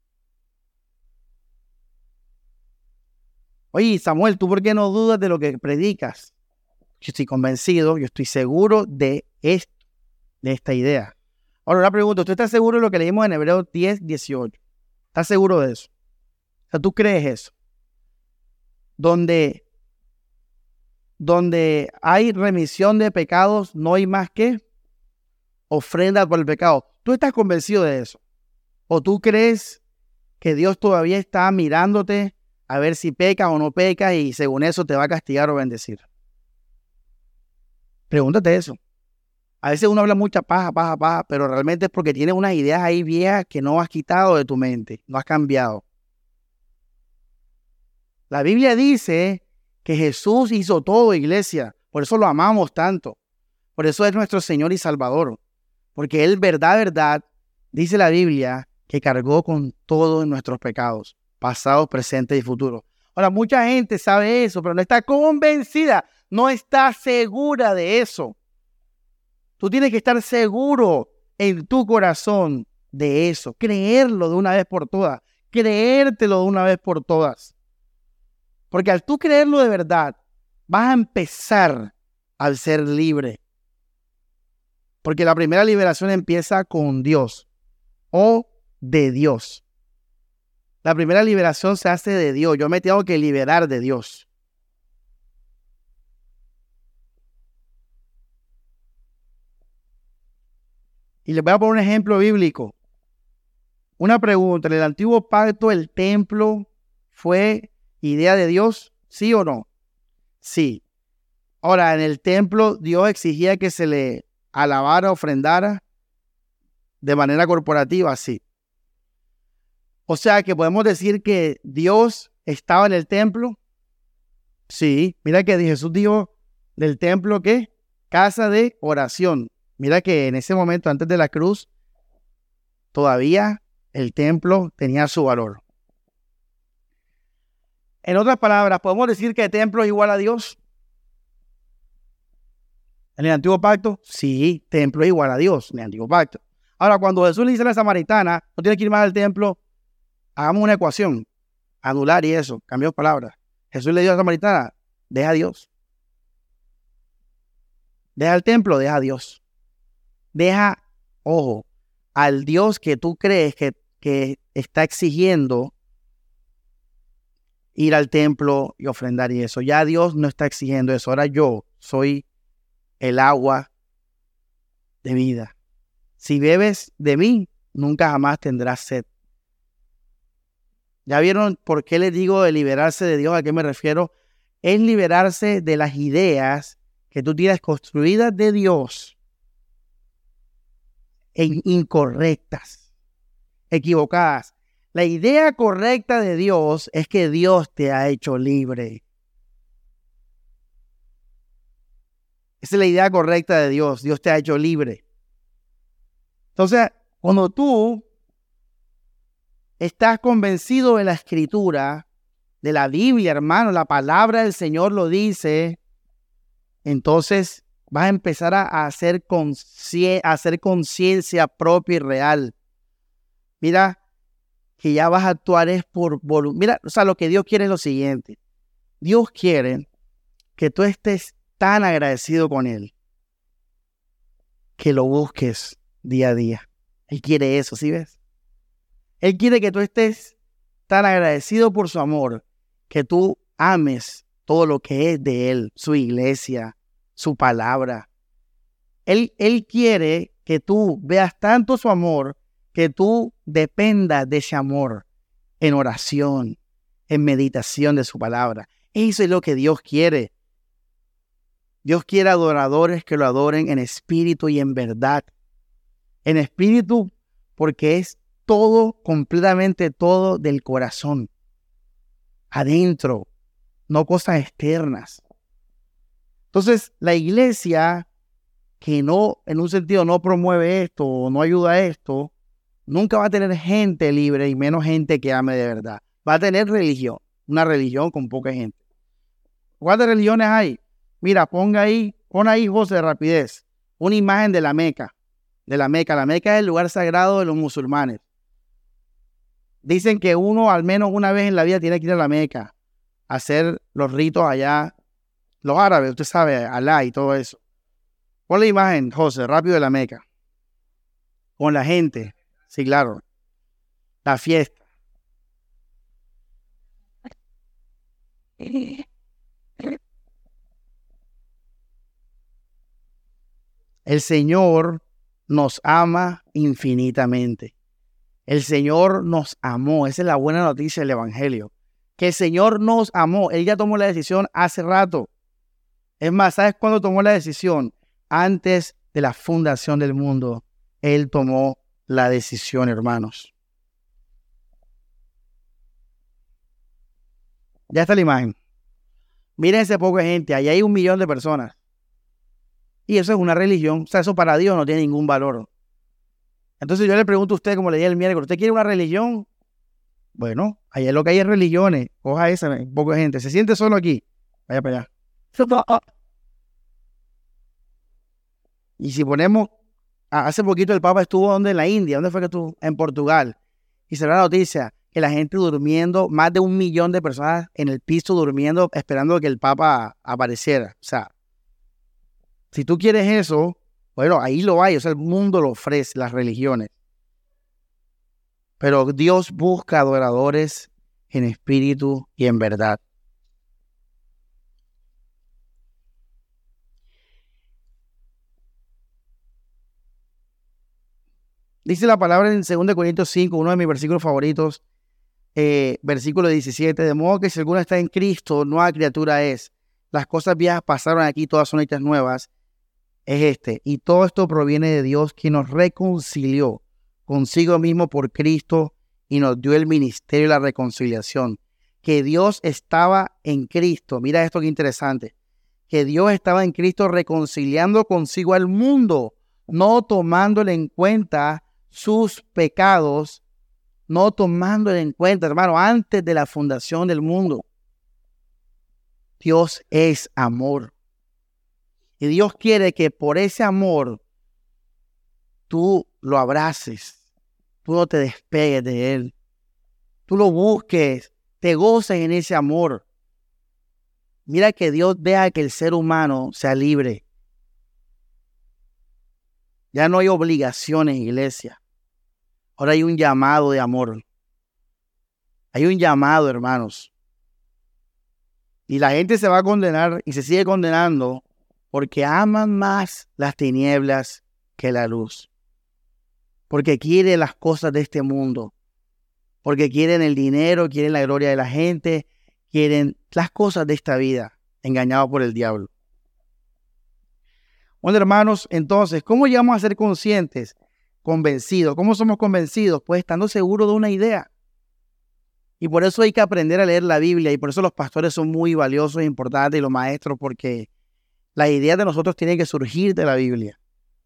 Oye, Samuel, ¿tú por qué no dudas de lo que predicas? Yo estoy convencido, yo estoy seguro de esto, de esta idea. Ahora, una pregunta, ¿usted está seguro de lo que leímos en Hebreos diez, dieciocho? ¿Estás seguro de eso? O sea, ¿tú crees eso? Donde, donde hay remisión de pecados, no hay más que ofrenda por el pecado. ¿Tú estás convencido de eso? ¿O tú crees que Dios todavía está mirándote a ver si pecas o no pecas y según eso te va a castigar o bendecir? Pregúntate eso. A veces uno habla mucha paja, paja, paja, pero realmente es porque tienes unas ideas ahí viejas que no has quitado de tu mente, no has cambiado. La Biblia dice que Jesús hizo todo, iglesia. Por eso lo amamos tanto. Por eso es nuestro Señor y Salvador. Porque Él, verdad, verdad, dice la Biblia, que cargó con todos nuestros pecados, pasados, presentes y futuros. Ahora, mucha gente sabe eso, pero no está convencida, no está segura de eso. Tú tienes que estar seguro en tu corazón de eso, creerlo de una vez por todas, creértelo de una vez por todas. Porque al tú creerlo de verdad, vas a empezar al ser libre. Porque la primera liberación empieza con Dios o de Dios. La primera liberación se hace de Dios. Yo me tengo que liberar de Dios. Y les voy a poner un ejemplo bíblico. Una pregunta, ¿en el antiguo pacto el templo fue idea de Dios? ¿Sí o no? Sí. Ahora, en el templo Dios exigía que se le alabara, ofrendara de manera corporativa, sí. O sea que podemos decir que Dios estaba en el templo. Sí, mira que Jesús dijo del templo, ¿qué? Casa de oración. Mira que en ese momento, antes de la cruz, todavía el templo tenía su valor. En otras palabras, ¿podemos decir que el templo es igual a Dios? ¿En el antiguo pacto? Sí, templo es igual a Dios en el antiguo pacto. Ahora, cuando Jesús le dice a la samaritana, no tiene que ir más al templo, hagamos una ecuación, anular y eso, cambiamos palabras. Jesús le dijo a la samaritana, deja a Dios. Deja el templo, deja a Dios. Deja, ojo, al Dios que tú crees que, que está exigiendo ir al templo y ofrendar y eso. Ya Dios no está exigiendo eso. Ahora yo soy el agua de vida. Si bebes de mí, nunca jamás tendrás sed. ¿Ya vieron por qué les digo de liberarse de Dios? ¿A qué me refiero? Es liberarse de las ideas que tú tienes construidas de Dios en incorrectas, equivocadas. La idea correcta de Dios es que Dios te ha hecho libre. Esa es la idea correcta de Dios. Dios te ha hecho libre. Entonces, cuando tú estás convencido de la Escritura, de la Biblia, hermano, la palabra del Señor lo dice, entonces vas a empezar a hacer consci- a hacer conciencia propia y real. Mira, que ya vas a actuar es por voluntad. Mira, o sea, lo que Dios quiere es lo siguiente. Dios quiere que tú estés tan agradecido con Él que lo busques día a día. Él quiere eso, ¿sí ves? Él quiere que tú estés tan agradecido por su amor que tú ames todo lo que es de Él, su iglesia, su palabra. Él, él quiere que tú veas tanto su amor que tú dependas de ese amor en oración, en meditación de su palabra. Eso es lo que Dios quiere. Dios quiere adoradores que lo adoren en espíritu y en verdad. En espíritu, porque es todo, completamente todo del corazón. Adentro, no cosas externas. Entonces, la iglesia que no, en un sentido, no promueve esto o no ayuda a esto, nunca va a tener gente libre y menos gente que ame de verdad. Va a tener religión, una religión con poca gente. ¿Cuántas religiones hay? Mira, ponga ahí, pon ahí, José, de rapidez, una imagen de la Meca. De la Meca. La Meca es el lugar sagrado de los musulmanes. Dicen que uno, al menos una vez en la vida, tiene que ir a la Meca a hacer los ritos allá. Los árabes, usted sabe, Alá y todo eso. Pon la imagen, José, rápido, de la Meca. Con la gente. Sí, claro. La fiesta. El Señor nos ama infinitamente. El Señor nos amó. Esa es la buena noticia del Evangelio. Que el Señor nos amó. Él ya tomó la decisión hace rato. Es más, ¿sabes cuándo tomó la decisión? Antes de la fundación del mundo. Él tomó la decisión, hermanos. Ya está la imagen. Miren ese poco de gente. Allá hay un millón de personas. Y eso es una religión. O sea, eso para Dios no tiene ningún valor. Entonces yo le pregunto a usted, como le dije el miércoles, ¿usted quiere una religión? Bueno, allá lo que hay es religiones. Coja esa, un poco de gente. ¿Se siente solo aquí? Vaya para allá. Y si ponemos, hace poquito el Papa estuvo ¿dónde? En la India. ¿Dónde fue que estuvo? En Portugal. Y se ve la noticia que la gente durmiendo, más de un millón de personas en el piso durmiendo, esperando que el Papa apareciera. O sea, si tú quieres eso, bueno, ahí lo hay. O sea, el mundo lo ofrece, las religiones. Pero Dios busca adoradores en espíritu y en verdad. Dice la palabra en dos Corintios cinco, uno de mis versículos favoritos, eh, versículo diecisiete, de modo que si alguno está en Cristo, nueva criatura es. Las cosas viejas pasaron aquí, todas son hechas nuevas. Es este. Y todo esto proviene de Dios, quien nos reconcilió consigo mismo por Cristo y nos dio el ministerio de la reconciliación. Que Dios estaba en Cristo. Mira esto que interesante. Que Dios estaba en Cristo reconciliando consigo al mundo, no tomándole en cuenta sus pecados, no tomándole en cuenta, hermano, antes de la fundación del mundo. Dios es amor. Y Dios quiere que por ese amor tú lo abraces, tú no te despegues de Él, tú lo busques, te goces en ese amor. Mira que Dios deja que el ser humano sea libre. Ya no hay obligaciones, iglesia. Ahora hay un llamado de amor. Hay un llamado, hermanos. Y la gente se va a condenar y se sigue condenando porque aman más las tinieblas que la luz. Porque quieren las cosas de este mundo. Porque quieren el dinero, quieren la gloria de la gente, quieren las cosas de esta vida, engañados por el diablo. Bueno, hermanos, entonces, ¿cómo llegamos a ser conscientes? Convencidos. ¿Cómo somos convencidos? Pues estando seguros de una idea. Y por eso hay que aprender a leer la Biblia, y por eso los pastores son muy valiosos e importantes, y los maestros, porque las ideas de nosotros tienen que surgir de la Biblia.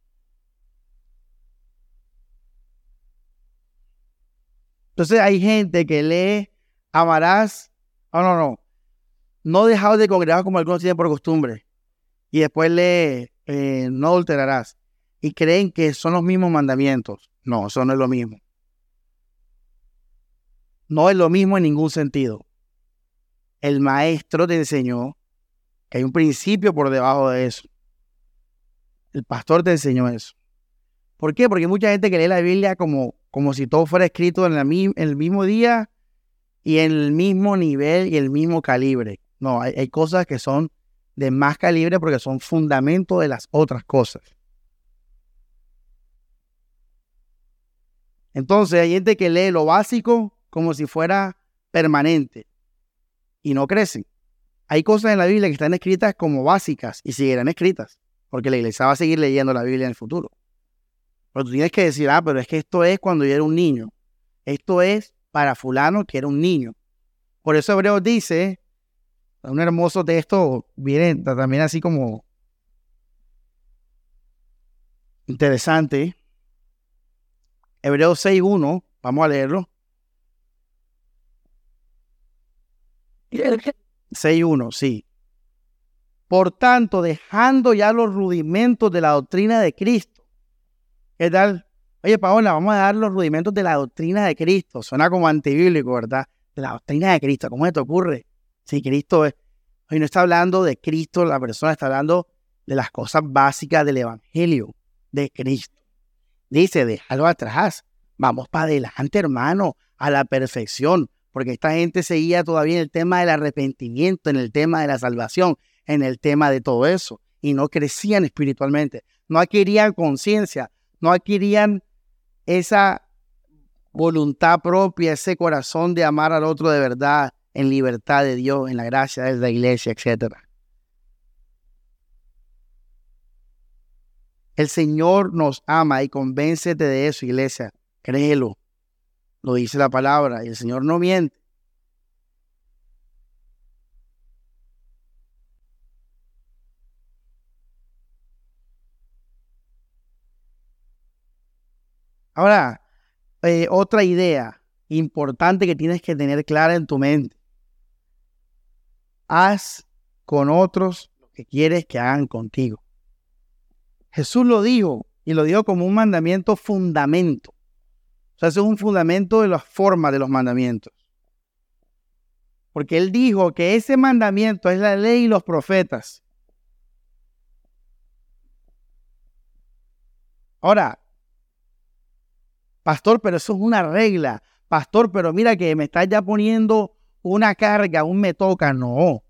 Entonces hay gente que lee, amarás, no, no, no, no dejaos de congregar como algunos tienen por costumbre, y después lee, eh, no adulterarás, y creen que son los mismos mandamientos. No, eso no es lo mismo. No es lo mismo en ningún sentido. El maestro te enseñó que hay un principio por debajo de eso. El pastor te enseñó eso. ¿Por qué? Porque hay mucha gente que lee la Biblia como, como si todo fuera escrito en, la, en el mismo día y en el mismo nivel y el mismo calibre. No, hay, hay cosas que son de más calibre porque son fundamentos de las otras cosas. Entonces hay gente que lee lo básico como si fuera permanente y no crecen. hay cosas en la Biblia que están escritas como básicas y seguirán escritas, porque la iglesia va a seguir leyendo la Biblia en el futuro. Pero tú tienes que decir, ah, pero es que esto es cuando yo era un niño. Esto es para fulano que era un niño. Por eso Hebreos dice, un hermoso texto, viene también así como interesante. Hebreos seis uno, vamos a leerlo. seis uno, sí. Por tanto, dejando ya los rudimentos de la doctrina de Cristo. ¿Qué tal? Oye, Paola, vamos a dar los rudimentos de la doctrina de Cristo. Suena como antibíblico, ¿verdad? De la doctrina de Cristo. ¿Cómo se te ocurre? Si Cristo es... Hoy no está hablando de Cristo, la persona está hablando de las cosas básicas del evangelio de Cristo. Dice, déjalo atrás. Vamos para adelante, hermano, a la perfección. Porque esta gente seguía todavía en el tema del arrepentimiento, en el tema de la salvación, en el tema de todo eso. Y no crecían espiritualmente. No adquirían conciencia. No adquirían esa voluntad propia, ese corazón de amar al otro de verdad, en libertad de Dios, en la gracia de la iglesia, etcétera. El Señor nos ama y convéncete de eso, iglesia. Créelo. Lo dice la palabra y el Señor no miente. Ahora, eh, otra idea importante que tienes que tener clara en tu mente. Haz con otros lo que quieres que hagan contigo. Jesús lo dijo y lo dijo como un mandamiento fundamento. O sea, eso es un fundamento de las formas de los mandamientos. Porque él dijo que ese mandamiento es la ley y los profetas. Ahora, pastor, pero eso es una regla. Pastor, pero mira que me estás ya poniendo una carga, un me toca. No.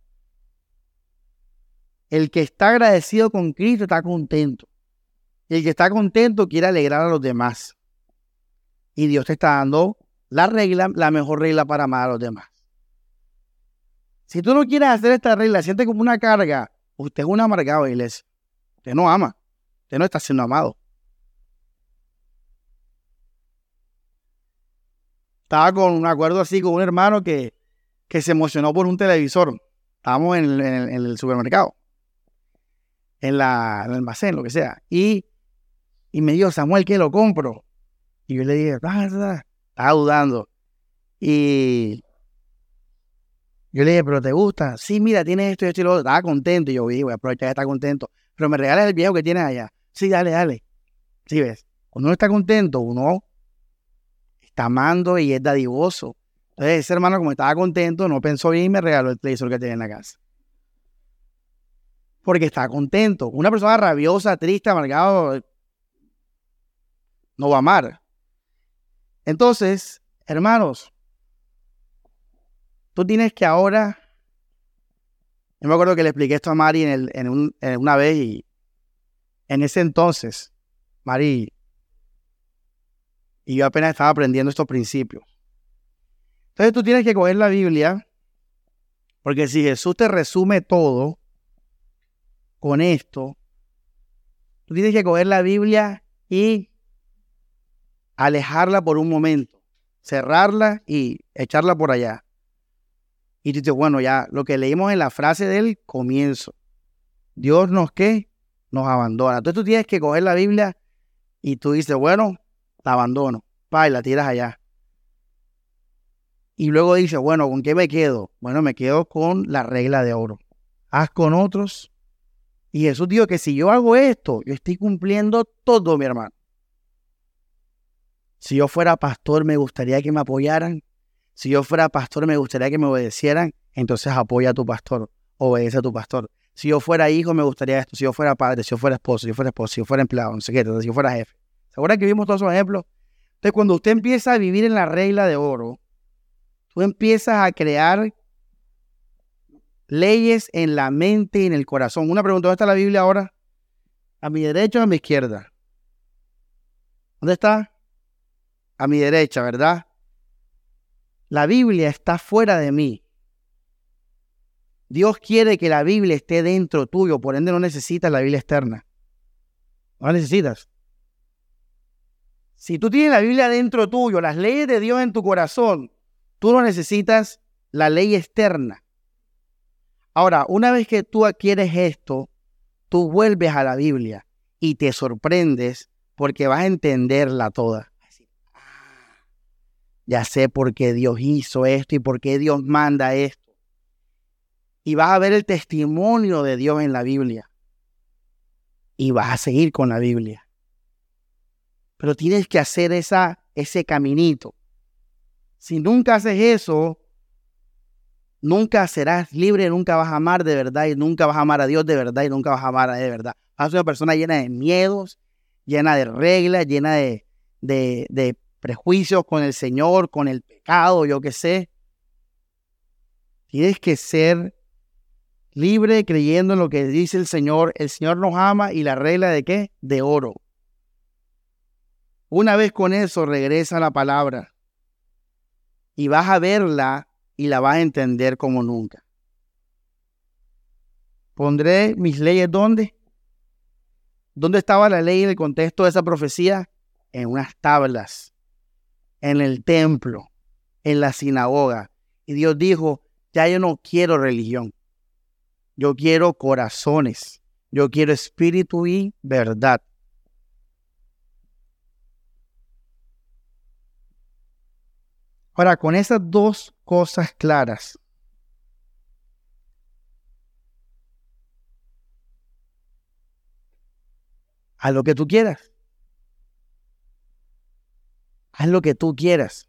El que está agradecido con Cristo está contento. Y el que está contento quiere alegrar a los demás. Y Dios te está dando la regla, la mejor regla para amar a los demás. Si tú no quieres hacer esta regla, siente como una carga, usted es un amargado, iglesia. Usted no ama. Usted no está siendo amado. Estaba con un acuerdo así con un hermano que, que se emocionó por un televisor. Estábamos en el, en el, en el supermercado, en, la, en el almacén, lo que sea. Y, y me dijo, Samuel, ¿qué lo compro? Y yo le dije, ah, ah, estaba dudando. Y yo le dije, ¿pero te gusta? Sí, mira, tienes esto y esto y lo otro. Estaba contento. Y yo vi, voy a aprovechar que está contento. Pero me regalas el viejo que tienes allá. Sí, dale, dale. Sí, ves. Cuando uno está contento, uno está amando y es dadivoso. Entonces, ese hermano, como estaba contento, no pensó bien y me regaló el televisor que tenía en la casa. Porque está contento. Una persona rabiosa, triste, amargado, no va a amar. Entonces, hermanos, tú tienes que ahora, yo me acuerdo que le expliqué esto a Mari en, el, en, un, en una vez y en ese entonces, Mari y yo apenas estaba aprendiendo estos principios. Entonces tú tienes que coger la Biblia, porque si Jesús te resume todo con esto, tú tienes que coger la Biblia y alejarla por un momento, cerrarla y echarla por allá. Y tú dices, bueno, ya lo que leímos en la frase del comienzo, Dios nos, ¿qué? Nos abandona. Entonces tú tienes que coger la Biblia y tú dices, bueno, la abandono, pa, y la tiras allá. Y luego dices, bueno, ¿con qué me quedo? Bueno, me quedo con la regla de oro. Haz con otros. Y Jesús dijo que si yo hago esto, yo estoy cumpliendo todo, mi hermano. Si yo fuera pastor, me gustaría que me apoyaran. Si yo fuera pastor, me gustaría que me obedecieran. Entonces apoya a tu pastor, obedece a tu pastor. Si yo fuera hijo, me gustaría esto. Si yo fuera padre, si yo fuera esposo, si yo fuera esposo, si yo fuera empleado, no sé qué, si yo fuera jefe. ¿Se acuerdan que vimos todos esos ejemplos? Entonces, cuando usted empieza a vivir en la regla de oro, tú empiezas a crear leyes en la mente y en el corazón. Una pregunta, ¿dónde está la Biblia ahora? ¿A mi derecha o a mi izquierda? ¿Dónde está? A mi derecha, ¿verdad? La Biblia está fuera de mí. Dios quiere que la Biblia esté dentro tuyo, por ende no necesitas la Biblia externa. No la necesitas. Si tú tienes la Biblia dentro tuyo, las leyes de Dios en tu corazón, tú no necesitas la ley externa. Ahora, una vez que tú adquieres esto, tú vuelves a la Biblia y te sorprendes porque vas a entenderla toda. Ya sé por qué Dios hizo esto y por qué Dios manda esto. Y vas a ver el testimonio de Dios en la Biblia. Y vas a seguir con la Biblia. Pero tienes que hacer esa, ese caminito. Si nunca haces eso, nunca serás libre, nunca vas a amar de verdad y nunca vas a amar a Dios de verdad y nunca vas a amar a Él de verdad. Vas a ser una persona llena de miedos, llena de reglas, llena de, de, de prejuicios con el Señor, con el pecado, yo qué sé. Tienes que ser libre creyendo en lo que dice el Señor. El Señor nos ama y la regla de ¿qué? De oro. Una vez con eso regresa a la palabra y vas a verla y la vas a entender como nunca. ¿Pondré mis leyes dónde? ¿Dónde estaba la ley en el contexto de esa profecía? En unas tablas, en el templo, en la sinagoga. Y Dios dijo, ya yo no quiero religión. Yo quiero corazones. Yo quiero espíritu y verdad. Ahora, con esas dos cosas claras, haz lo que tú quieras. Haz lo que tú quieras.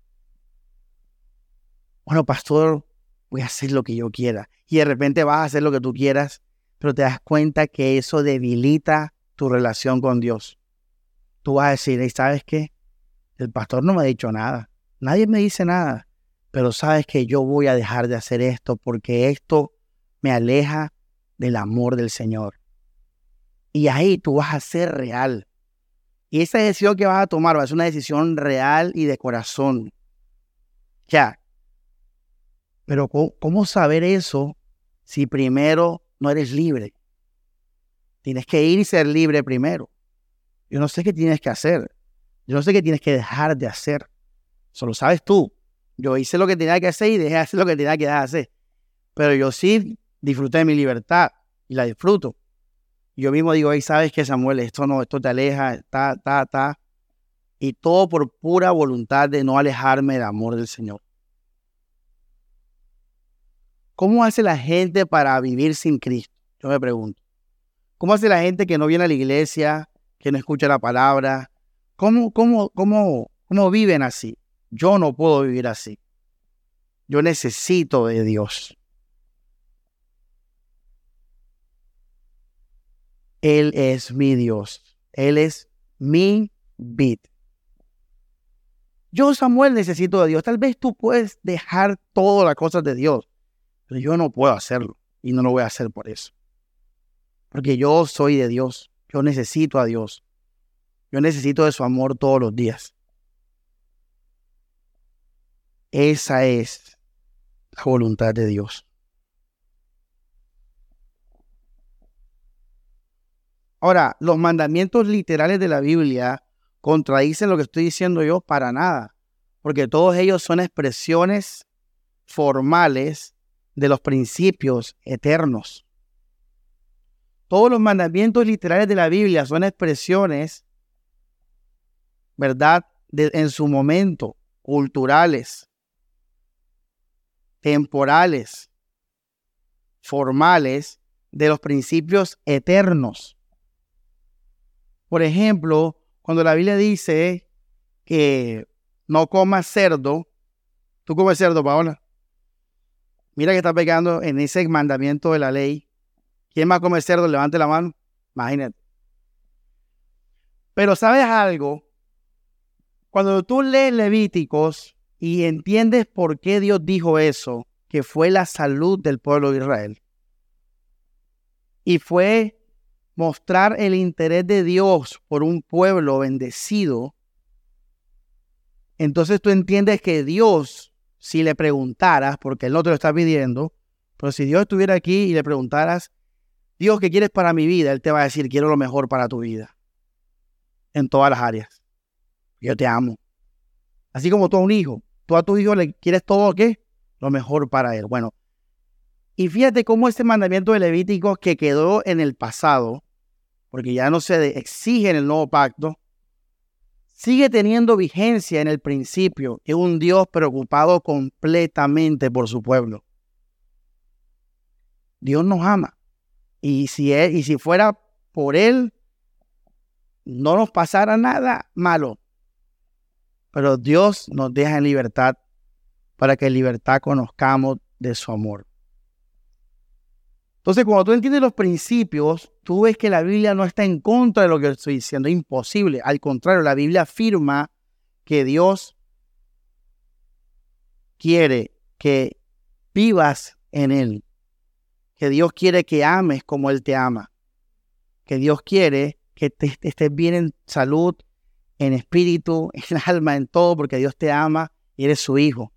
Bueno, pastor, voy a hacer lo que yo quiera. Y de repente vas a hacer lo que tú quieras, pero te das cuenta que eso debilita tu relación con Dios. Tú vas a decir, ¿y sabes qué? El pastor no me ha dicho nada. Nadie me dice nada. Pero sabes que yo voy a dejar de hacer esto porque esto me aleja del amor del Señor. Y ahí tú vas a ser real. Y esa decisión que vas a tomar va a ser una decisión real y de corazón. Ya. Pero ¿cómo, cómo saber eso si primero no eres libre? Tienes que ir y ser libre primero. Yo no sé qué tienes que hacer. Yo no sé qué tienes que dejar de hacer. Eso lo sabes tú. Yo hice lo que tenía que hacer y dejé de hacer lo que tenía que dejar de hacer. Pero yo sí disfruté de mi libertad y la disfruto. Y yo mismo digo, hey, ¿sabes qué, Samuel? Esto no, esto te aleja, ta, ta, ta. Y todo por pura voluntad de no alejarme del amor del Señor. ¿Cómo hace la gente para vivir sin Cristo? Yo me pregunto. ¿Cómo hace la gente que no viene a la iglesia, que no escucha la palabra? ¿Cómo, cómo, cómo, cómo viven así? Yo no puedo vivir así. Yo necesito de Dios. Él es mi Dios. Él es mi vid. Yo, Samuel, necesito de Dios. Tal vez tú puedes dejar todas las cosas de Dios, pero yo no puedo hacerlo y no lo voy a hacer por eso. Porque yo soy de Dios. Yo necesito a Dios. Yo necesito de su amor todos los días. Esa es la voluntad de Dios. Ahora, los mandamientos literales de la Biblia contradicen lo que estoy diciendo yo para nada, porque todos ellos son expresiones formales de los principios eternos. Todos los mandamientos literales de la Biblia son expresiones, ¿verdad?, de, en su momento, culturales, temporales, formales, de los principios eternos. Por ejemplo, cuando la Biblia dice que no comas cerdo, ¿tú comes cerdo, Paola? Mira que está pegando en ese mandamiento de la ley. ¿Quién más come cerdo? Levante la mano. Imagínate. Pero ¿sabes algo? Cuando tú lees Levíticos y entiendes por qué Dios dijo eso, que fue la salud del pueblo de Israel, y fue mostrar el interés de Dios por un pueblo bendecido, entonces tú entiendes que Dios, si le preguntaras, porque Él no te lo está pidiendo, Pero si Dios estuviera aquí y le preguntaras, Dios, ¿qué quieres para mi vida? Él te va a decir, quiero lo mejor para tu vida. En todas las áreas. Yo te amo. Así como tú a un hijo. Tú a tu hijo le quieres todo, ¿qué? Lo mejor para él. Bueno, y fíjate cómo este mandamiento de Levítico que quedó en el pasado, porque ya no se exige en el nuevo pacto, sigue teniendo vigencia en el principio. Es un Dios preocupado completamente por su pueblo. Dios nos ama. Y si, él, y si fuera por Él, no nos pasara nada malo. Pero Dios nos deja en libertad para que en libertad conozcamos de su amor. Entonces, cuando tú entiendes los principios, tú ves que la Biblia no está en contra de lo que estoy diciendo. Es imposible. Al contrario, la Biblia afirma que Dios quiere que vivas en Él. Que Dios quiere que ames como Él te ama. Que Dios quiere que te, estés bien en salud, en espíritu, en alma, en todo, porque Dios te ama y eres su hijo.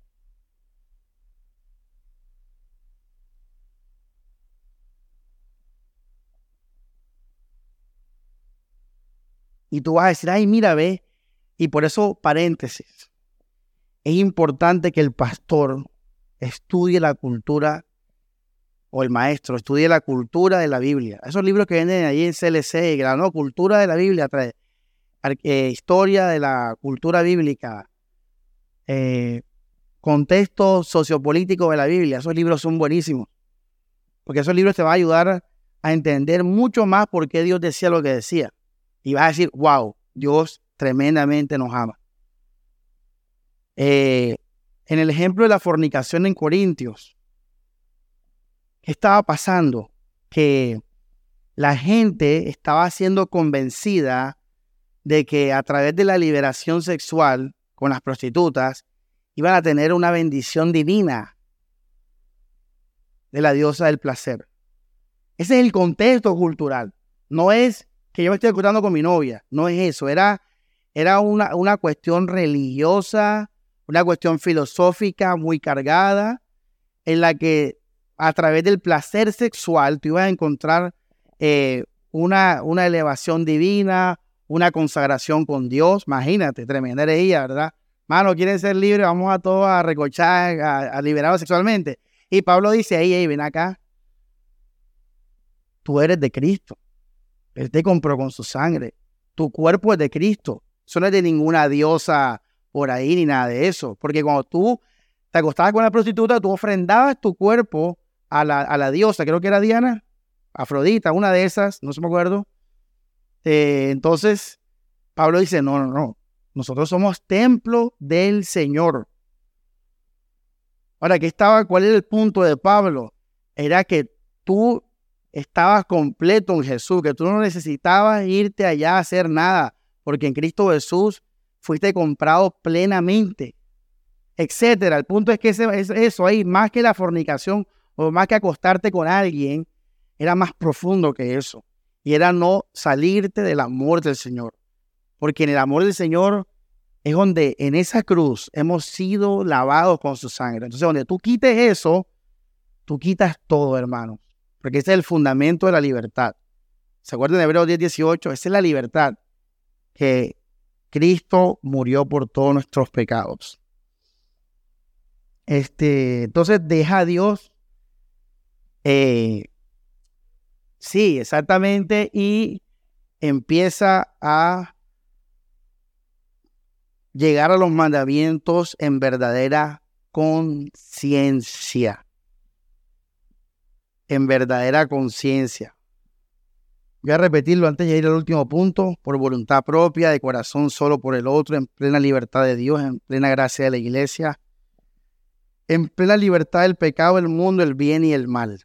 Y tú vas a decir, ay, mira, ve. Y por eso, paréntesis, es importante que el pastor estudie la cultura, o el maestro estudie la cultura de la Biblia. Esos libros que venden ahí en C L C, la no, cultura de la Biblia, trae, eh, historia de la cultura bíblica, eh, contexto sociopolítico de la Biblia. Esos libros son buenísimos, porque esos libros te van a ayudar a entender mucho más por qué Dios decía lo que decía. Y vas a decir, wow, Dios tremendamente nos ama. Eh, en el ejemplo de la fornicación en Corintios, ¿qué estaba pasando? Que la gente estaba siendo convencida de que a través de la liberación sexual con las prostitutas iban a tener una bendición divina de la diosa del placer. Ese es el contexto cultural. No es que yo me estoy acostando con mi novia. No es eso. Era, era una, una cuestión religiosa, una cuestión filosófica muy cargada, en la que a través del placer sexual tú ibas a encontrar eh, una, una elevación divina, una consagración con Dios. Imagínate, tremenda herejía, ¿verdad? Mano, quieren ser libres, vamos a todos a recochar, a, a liberarnos sexualmente. Y Pablo dice, hey, hey, ven acá. Tú eres de Cristo. Él te compró con su sangre. Tu cuerpo es de Cristo. Eso no es de ninguna diosa por ahí ni nada de eso. Porque cuando tú te acostabas con la prostituta, tú ofrendabas tu cuerpo a la, a la diosa. Creo que era Diana, Afrodita, una de esas, no se me acuerdo. Eh, entonces, Pablo dice, no, no, no. Nosotros somos templo del Señor. Ahora, ¿qué estaba? ¿Cuál era el punto de Pablo? Era que tú estabas completo en Jesús, que tú no necesitabas irte allá a hacer nada, porque en Cristo Jesús fuiste comprado plenamente, etcétera. El punto es que ese, es eso ahí, más que la fornicación o más que acostarte con alguien, era más profundo que eso. Y era no salirte del amor del Señor. Porque en el amor del Señor es donde en esa cruz hemos sido lavados con su sangre. Entonces, donde tú quites eso, tú quitas todo, hermanos. Porque ese es el fundamento de la libertad. ¿Se acuerdan de Hebreos diez dieciocho? Esa es la libertad. Que Cristo murió por todos nuestros pecados. Este, entonces, deja a Dios. Eh, sí, exactamente. Y empieza a llegar a los mandamientos en verdadera conciencia. En verdadera conciencia. Voy a repetirlo antes de ir al último punto. Por voluntad propia, de corazón solo por el otro, en plena libertad de Dios, en plena gracia de la iglesia, en plena libertad del pecado, el mundo, el bien y el mal.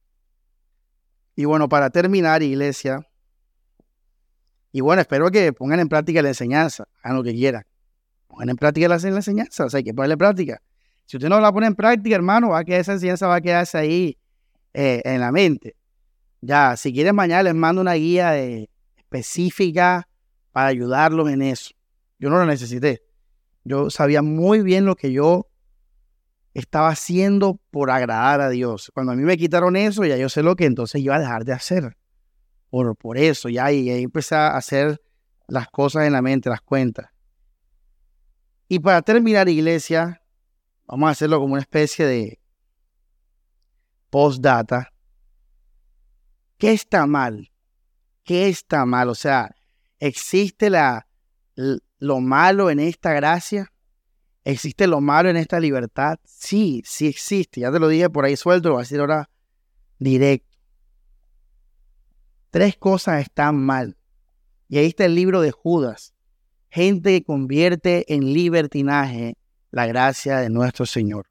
Y bueno, para terminar, iglesia, y bueno, espero que pongan en práctica la enseñanza, hagan lo que quieran. Pongan en práctica la, la enseñanza, o sea, hay que ponerle en práctica. Si usted no la pone en práctica, hermano, va a quedar esa enseñanza, va a quedarse ahí eh, en la mente. Ya, si quieren mañana les mando una guía de, específica para ayudarlos en eso. Yo no lo necesité. Yo sabía muy bien lo que yo estaba haciendo por agradar a Dios. Cuando a mí me quitaron eso, ya yo sé lo que entonces iba a dejar de hacer. Por, por eso, ya, y ahí empecé a hacer las cosas en la mente, las cuentas. Y para terminar, iglesia, vamos a hacerlo como una especie de postdata. ¿Qué está mal? ¿Qué está mal? O sea, ¿existe la, lo malo en esta gracia? ¿Existe lo malo en esta libertad? Sí, sí existe. Ya te lo dije por ahí suelto, lo voy a decir ahora directo. Tres cosas están mal. Y ahí está el libro de Judas. Gente que convierte en libertinaje la gracia de nuestro Señor.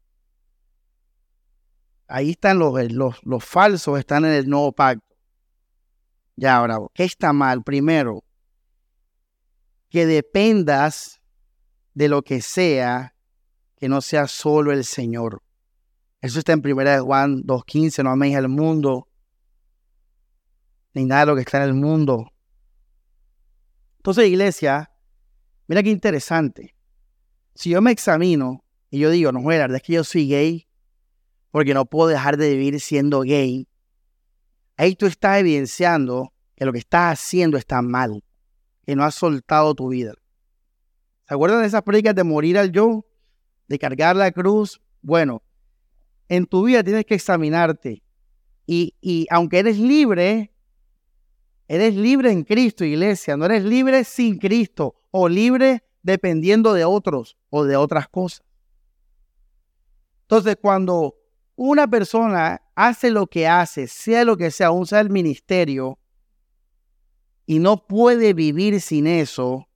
Ahí están los, los, los falsos, están en el nuevo pacto. Ya, ahora, ¿qué está mal? Primero, que dependas de lo que sea, que no sea solo el Señor. Eso está en primera de Juan dos quince, no améis al mundo, ni nada de lo que está en el mundo. Entonces, iglesia, mira qué interesante. Si yo me examino y yo digo, no, la verdad es que yo soy gay porque no puedo dejar de vivir siendo gay, ahí tú estás evidenciando que lo que estás haciendo está mal, que no has soltado tu vida. ¿Se acuerdan de esas prédicas de morir al yo? De cargar la cruz. Bueno, en tu vida tienes que examinarte. Y, y aunque eres libre, eres libre en Cristo, iglesia. No eres libre sin Cristo o libre dependiendo de otros o de otras cosas. Entonces, cuando una persona hace lo que hace, sea lo que sea, aún sea el ministerio, y no puede vivir sin eso,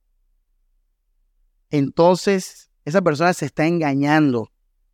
entonces esa persona se está engañando.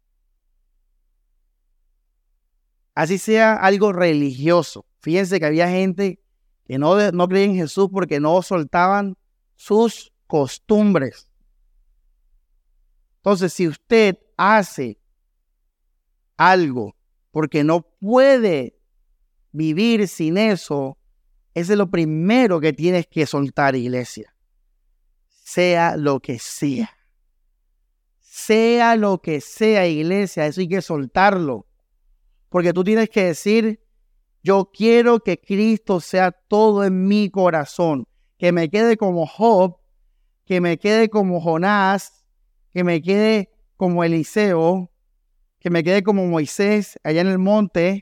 Así sea algo religioso. Fíjense que había gente que no, no creía en Jesús porque no soltaban sus costumbres. Entonces, si usted hace algo porque no puede vivir sin eso, ese es lo primero que tienes que soltar, iglesia. Sea lo que sea. Sea lo que sea, iglesia, eso hay que soltarlo. Porque tú tienes que decir, yo quiero que Cristo sea todo en mi corazón. Que me quede como Job, que me quede como Jonás, que me quede como Eliseo, que me quede como Moisés allá en el monte,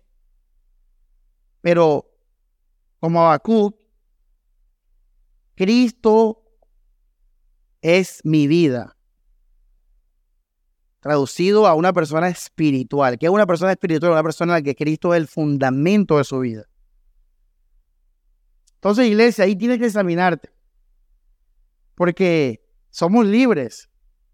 pero como Habacuc, Cristo es mi vida. Traducido a una persona espiritual. ¿Qué es una persona espiritual? Una persona en la que Cristo es el fundamento de su vida. Entonces, iglesia, ahí tienes que examinarte. Porque somos libres.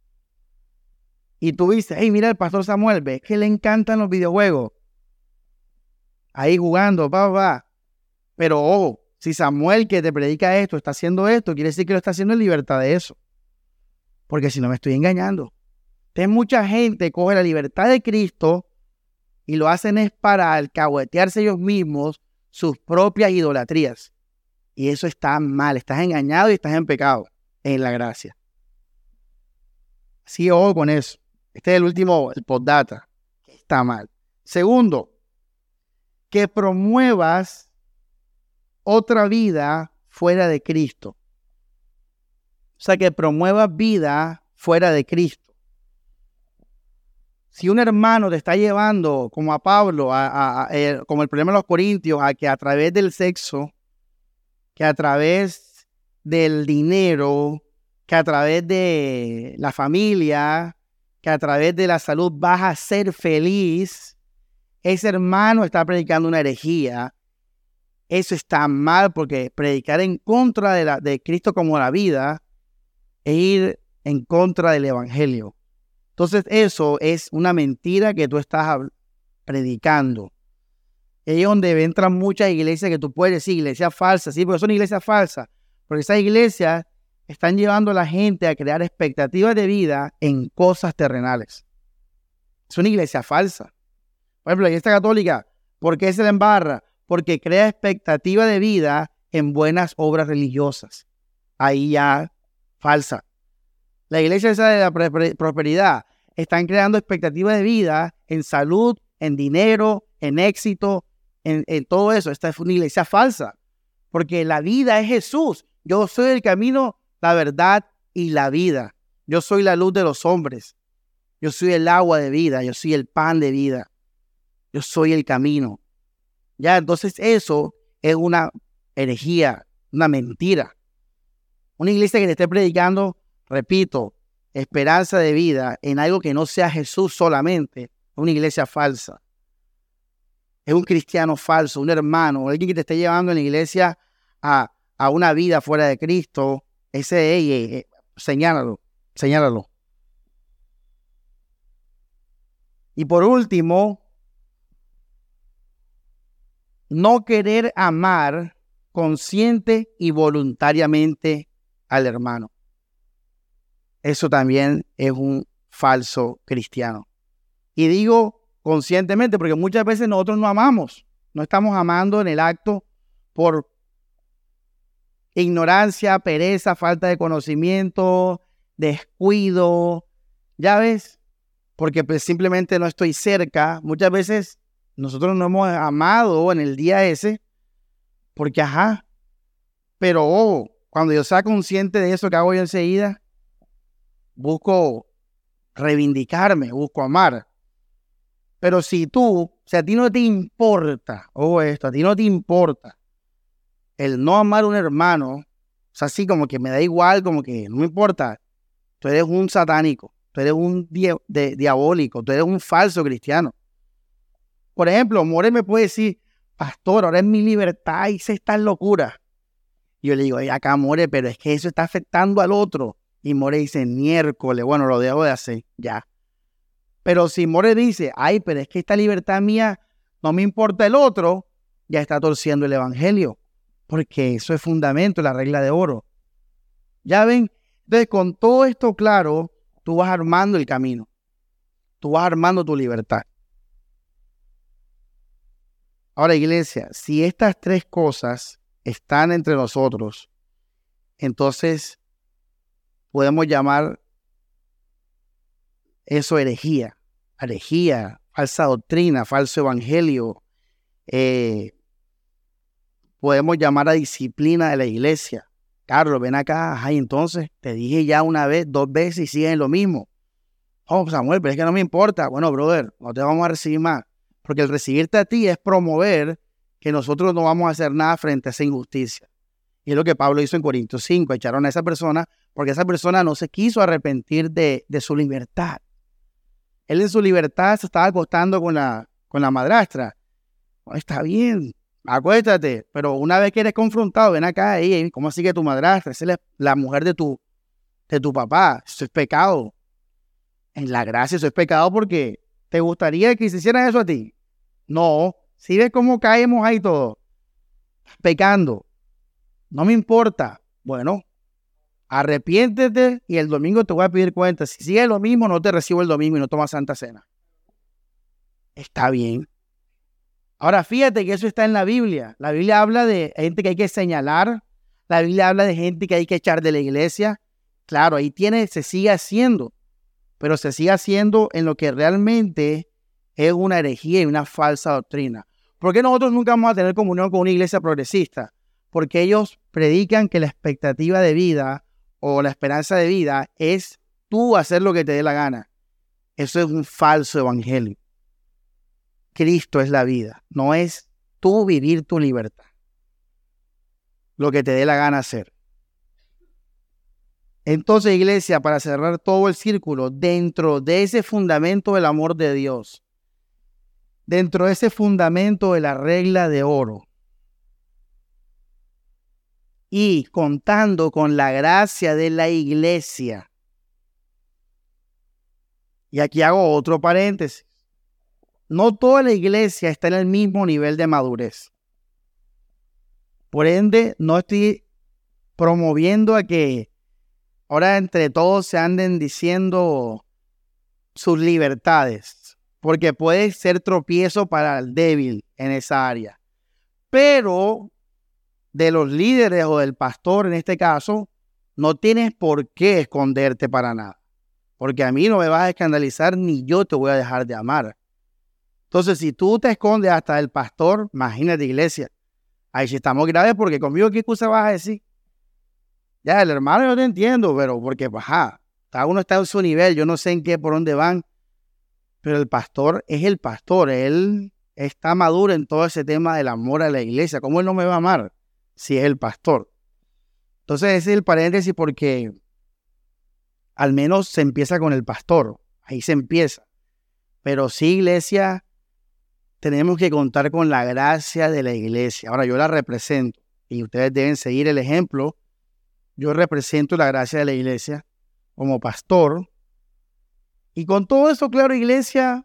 Y tú dices, hey, mira el pastor Samuel, ve que le encantan los videojuegos. Ahí jugando, va, va. Pero, ojo, si Samuel que te predica esto, está haciendo esto, quiere decir que lo está haciendo en libertad de eso. Porque si no me estoy engañando. Entonces mucha gente coge la libertad de Cristo y lo hacen es para alcahuetearse ellos mismos sus propias idolatrías. Y eso está mal, estás engañado y estás en pecado en la gracia. Así ojo con eso. Este es el último, el postdata, que está mal. Segundo, que promuevas otra vida fuera de Cristo. O sea, que promuevas vida fuera de Cristo. Si un hermano te está llevando, como a Pablo, a, a, a, eh, como el problema de los Corintios, a que a través del sexo, que a través del dinero, que a través de la familia, que a través de la salud vas a ser feliz, ese hermano está predicando una herejía. Eso está mal, porque predicar en contra de, la, de Cristo como la vida es ir en contra del evangelio. Entonces eso es una mentira que tú estás predicando. Ahí es donde entran muchas iglesias que tú puedes decir, iglesias falsas, sí, porque son iglesias falsas, porque esas iglesias están llevando a la gente a crear expectativas de vida en cosas terrenales. Es una iglesia falsa. Por ejemplo, la iglesia católica, ¿por qué se la embarra? Porque crea expectativa de vida en buenas obras religiosas. Ahí ya falsa. La iglesia esa de la prosperidad están creando expectativas de vida en salud, en dinero, en éxito, en, en todo eso. Esta es una iglesia falsa, porque la vida es Jesús. Yo soy el camino, la verdad y la vida. Yo soy la luz de los hombres. Yo soy el agua de vida. Yo soy el pan de vida. Yo soy el camino. Ya, entonces eso es una herejía, una mentira. Una iglesia que te esté predicando, repito, esperanza de vida en algo que no sea Jesús solamente, es una iglesia falsa. Es un cristiano falso, un hermano, alguien que te esté llevando en la iglesia a, a una vida fuera de Cristo. Ese es, eh, eh, señálalo, señálalo. Y por último, no querer amar consciente y voluntariamente al hermano. Eso también es un falso cristiano. Y digo conscientemente porque muchas veces nosotros no amamos. No estamos amando en el acto por ignorancia, pereza, falta de conocimiento, descuido. Ya ves, porque pues simplemente no estoy cerca. Muchas veces nosotros no hemos amado en el día ese porque, ajá, pero oh, cuando yo sea consciente de eso que hago yo enseguida, busco reivindicarme, busco amar. Pero si tú, si a ti no te importa, o oh, esto, a ti no te importa el no amar a un hermano, o sea, así como que me da igual, como que no me importa, tú eres un satánico, tú eres un di- de, diabólico, tú eres un falso cristiano. Por ejemplo, More me puede decir, pastor, ahora es mi libertad, hice estas locuras. Y yo le digo, acá More, pero es que eso está afectando al otro. Y More dice, miércoles, bueno, lo dejo de hacer, ya. Pero si More dice, ay, pero es que esta libertad mía no me importa el otro, ya está torciendo el evangelio. Porque eso es fundamento, la regla de oro. Ya ven, entonces con todo esto claro, tú vas armando el camino. Tú vas armando tu libertad. Ahora, iglesia, si estas tres cosas están entre nosotros, entonces podemos llamar eso herejía, herejía, falsa doctrina, falso evangelio. Eh, podemos llamar a disciplina de la iglesia. Carlos, ven acá. Ay, entonces te dije ya una vez, dos veces y siguen lo mismo. Oh, Samuel, pero es que no me importa. Bueno, brother, no te vamos a recibir más. Porque el recibirte a ti es promover que nosotros no vamos a hacer nada frente a esa injusticia. Y es lo que Pablo hizo en Corintios cinco. Echaron a esa persona porque esa persona no se quiso arrepentir de, de su libertad. Él en su libertad se estaba acostando con la, con la madrastra. Oh, está bien, acuéstate. Pero una vez que eres confrontado, ven acá, ey, ¿cómo así que tu madrastra? Esa es la, la mujer de tu, de tu papá. Eso es pecado. En la gracia eso es pecado porque ¿te gustaría que se hicieran eso a ti? No. Si ves cómo caemos ahí todos, pecando. No me importa. Bueno, arrepiéntete y el domingo te voy a pedir cuenta. Si sigue lo mismo, no te recibo el domingo y no tomas Santa Cena. Está bien. Ahora fíjate que eso está en la Biblia. La Biblia habla de gente que hay que señalar. La Biblia habla de gente que hay que echar de la iglesia. Claro, ahí tiene, se sigue haciendo. Pero se sigue haciendo en lo que realmente es una herejía y una falsa doctrina. ¿Por qué nosotros nunca vamos a tener comunión con una iglesia progresista? Porque ellos predican que la expectativa de vida o la esperanza de vida es tú hacer lo que te dé la gana. Eso es un falso evangelio. Cristo es la vida, no es tú vivir tu libertad, lo que te dé la gana hacer. Entonces, iglesia, para cerrar todo el círculo, dentro de ese fundamento del amor de Dios, dentro de ese fundamento de la regla de oro, y contando con la gracia de la iglesia, y aquí hago otro paréntesis, no toda la iglesia está en el mismo nivel de madurez. Por ende, no estoy promoviendo a que ahora entre todos se anden diciendo sus libertades, porque puede ser tropiezo para el débil en esa área. Pero de los líderes o del pastor en este caso, no tienes por qué esconderte para nada. porque a mí no me vas a escandalizar ni yo te voy a dejar de amar. Entonces, si tú te escondes hasta el pastor, imagínate, iglesia, ahí sí estamos graves, porque conmigo qué excusa vas a decir. Ya, el hermano yo te entiendo, pero porque, ajá, cada uno está en su nivel, yo no sé en qué, por dónde van, pero el pastor es el pastor, él está maduro en todo ese tema del amor a la iglesia. ¿Cómo él no me va a amar si es el pastor? Entonces ese es el paréntesis, porque al menos se empieza con el pastor, ahí se empieza. Pero sí, iglesia, tenemos que contar con la gracia de la iglesia. Ahora yo la represento y ustedes deben seguir el ejemplo. Yo represento la gracia de la iglesia como pastor. Y con todo eso, claro, iglesia,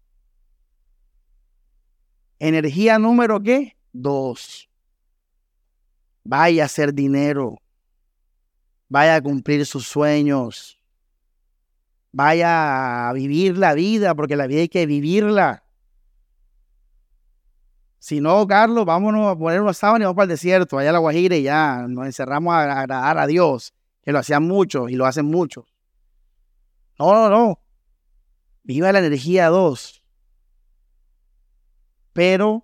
energía número ¿qué? Dos. Vaya a hacer dinero. Vaya a cumplir sus sueños. Vaya a vivir la vida, porque la vida hay que vivirla. Si no, Carlos, vámonos a poner una sábana y vamos para el desierto, allá a la Guajira, y ya nos encerramos a agradar a Dios, que lo hacían muchos y lo hacen muchos. No, no, no. Viva la energía dos. Pero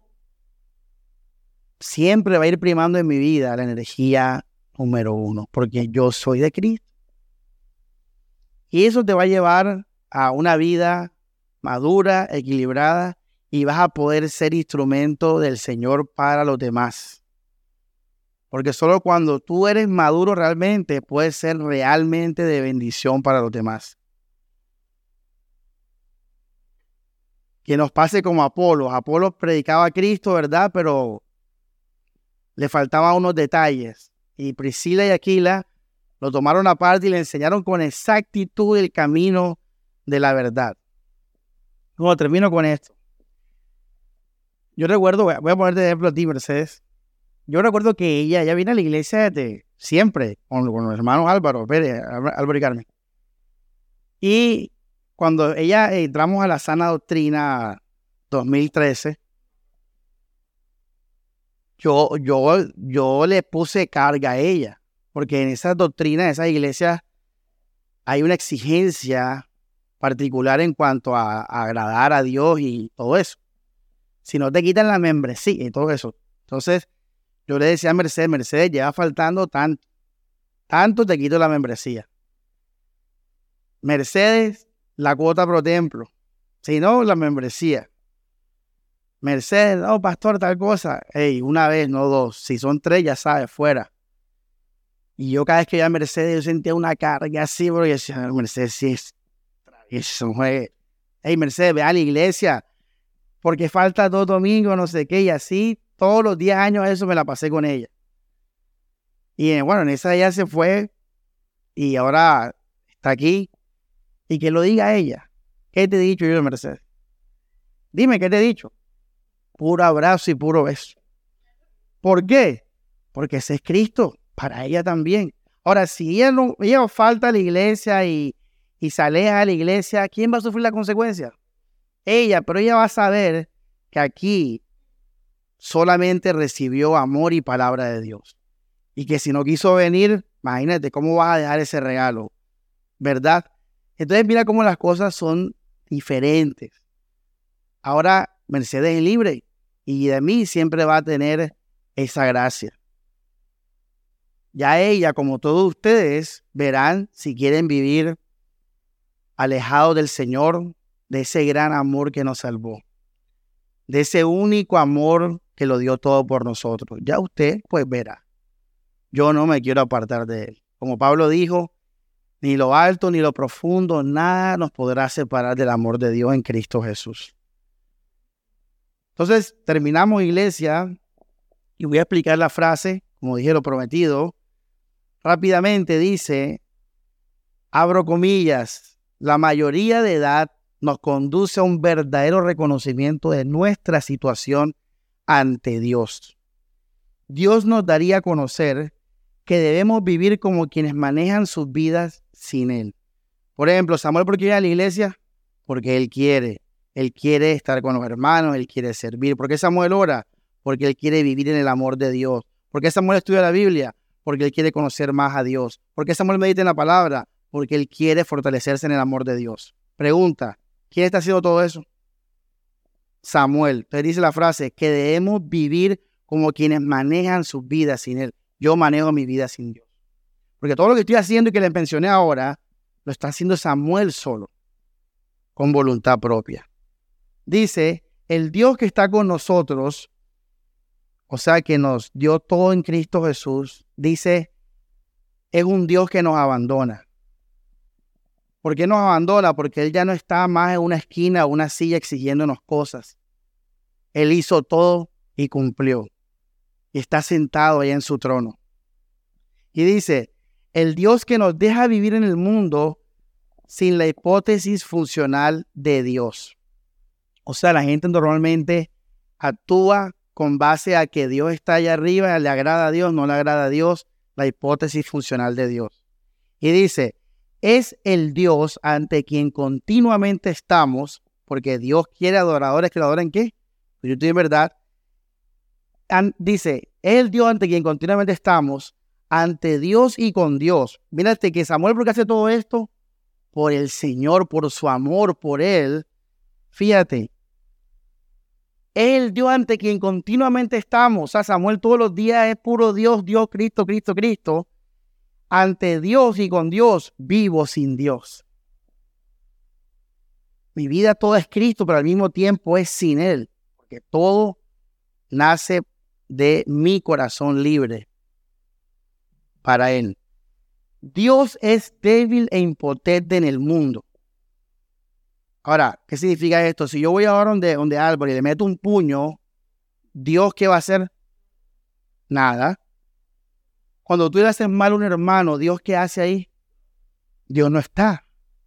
siempre va a ir primando en mi vida la energía número uno, porque yo soy de Cristo. Y eso te va a llevar a una vida madura, equilibrada, y vas a poder ser instrumento del Señor para los demás. Porque solo cuando tú eres maduro realmente, puedes ser realmente de bendición para los demás. Que nos pase como Apolo. Apolo predicaba a Cristo, ¿verdad? Pero le faltaban unos detalles. Y Priscila y Aquila lo tomaron aparte y le enseñaron con exactitud el camino de la verdad. Bueno, termino con esto. Yo recuerdo, voy a ponerte de ejemplo a ti, Mercedes. Yo recuerdo que ella, ella viene a la iglesia de siempre, con, con los hermanos Álvaro, Pérez, Álvaro y Carmen. Y cuando ella eh, entramos a la sana doctrina dos mil trece, yo, yo, yo le puse carga a ella, porque en esas doctrinas, en esas iglesias, hay una exigencia particular en cuanto a, a agradar a Dios y todo eso. Si no te quitan la membresía y todo eso. Entonces, yo le decía a Mercedes, Mercedes, lleva faltando tanto. Tanto te quito la membresía. Mercedes, la cuota pro templo. Si no, la membresía. Mercedes, no, pastor, tal cosa. Ey, una vez, no dos. Si son tres, ya sabes, fuera. Y yo cada vez que iba a Mercedes, yo sentía una carga así, bro. Y decía, Mercedes, sí es travieso, juegue. Ey, Mercedes, ve a la iglesia, porque falta dos domingos, no sé qué, y así todos los diez años eso me la pasé con ella. Y bueno, en esa ella se fue y ahora está aquí. Y que lo diga ella. ¿Qué te he dicho yo, Mercedes? Dime, ¿qué te he dicho? Puro abrazo y puro beso. ¿Por qué? Porque ese es Cristo, para ella también. Ahora, si ella, no, ella falta a la iglesia y, y se aleja de la iglesia, ¿quién va a sufrir la consecuencia? Ella, pero ella va a saber que aquí solamente recibió amor y palabra de Dios. Y que si no quiso venir, imagínate cómo vas a dejar ese regalo, ¿verdad? Entonces mira cómo las cosas son diferentes. Ahora Mercedes es libre y de mí siempre va a tener esa gracia. Ya ella, como todos ustedes, verán si quieren vivir alejados del Señor, de ese gran amor que nos salvó, de ese único amor que lo dio todo por nosotros. Ya usted pues verá. Yo no me quiero apartar de él. Como Pablo dijo, ni lo alto ni lo profundo, nada nos podrá separar del amor de Dios en Cristo Jesús. Entonces terminamos, iglesia, y voy a explicar la frase, como dije lo prometido. Rápidamente dice, abro comillas, la mayoría de edad nos conduce a un verdadero reconocimiento de nuestra situación ante Dios. Dios nos daría a conocer que debemos vivir como quienes manejan sus vidas sin Él. Por ejemplo, Samuel, ¿por qué viene a la iglesia? Porque Él quiere. Él quiere estar con los hermanos, Él quiere servir. ¿Por qué Samuel ora? Porque Él quiere vivir en el amor de Dios. ¿Por qué Samuel estudia la Biblia? Porque Él quiere conocer más a Dios. ¿Por qué Samuel medita en la palabra? porque él quiere fortalecerse en el amor de Dios. Pregunta, ¿quién está haciendo todo eso? Samuel. Entonces dice la frase que debemos vivir como quienes manejan sus vidas sin él. Yo manejo mi vida sin Dios. Porque todo lo que estoy haciendo y que les mencioné ahora, lo está haciendo Samuel solo, con voluntad propia. Dice, el Dios que está con nosotros, o sea, que nos dio todo en Cristo Jesús, dice, es un Dios que nos abandona. ¿Por qué nos abandona? Porque Él ya no está más en una esquina o una silla exigiéndonos cosas. Él hizo todo y cumplió. Y está sentado ahí en su trono. Y dice, el Dios que nos deja vivir en el mundo sin la hipótesis funcional de Dios. O sea, la gente normalmente actúa con base a que Dios está allá arriba, le agrada a Dios, no le agrada a Dios, la hipótesis funcional de Dios. Y dice, es el Dios ante quien continuamente estamos, porque Dios quiere adoradores que lo adoren, ¿qué? Pues yo estoy en verdad. An- dice, es el Dios ante quien continuamente estamos, ante Dios y con Dios. Mírate que Samuel, ¿por qué hace todo esto? Por el Señor, por su amor, por Él. Fíjate, es el Dios ante quien continuamente estamos. O sea, Samuel todos los días es puro Dios, Dios, Cristo, Cristo, Cristo. Ante Dios y con Dios, vivo sin Dios. Mi vida toda es Cristo, pero al mismo tiempo es sin Él. Porque todo nace de mi corazón libre para Él. Dios es débil e impotente en el mundo. Ahora, ¿qué significa esto? Si yo voy ahora donde, donde Álvaro y le meto un puño, ¿Dios qué va a hacer? Nada. Cuando tú le haces mal a un hermano, ¿Dios qué hace ahí? Dios no está.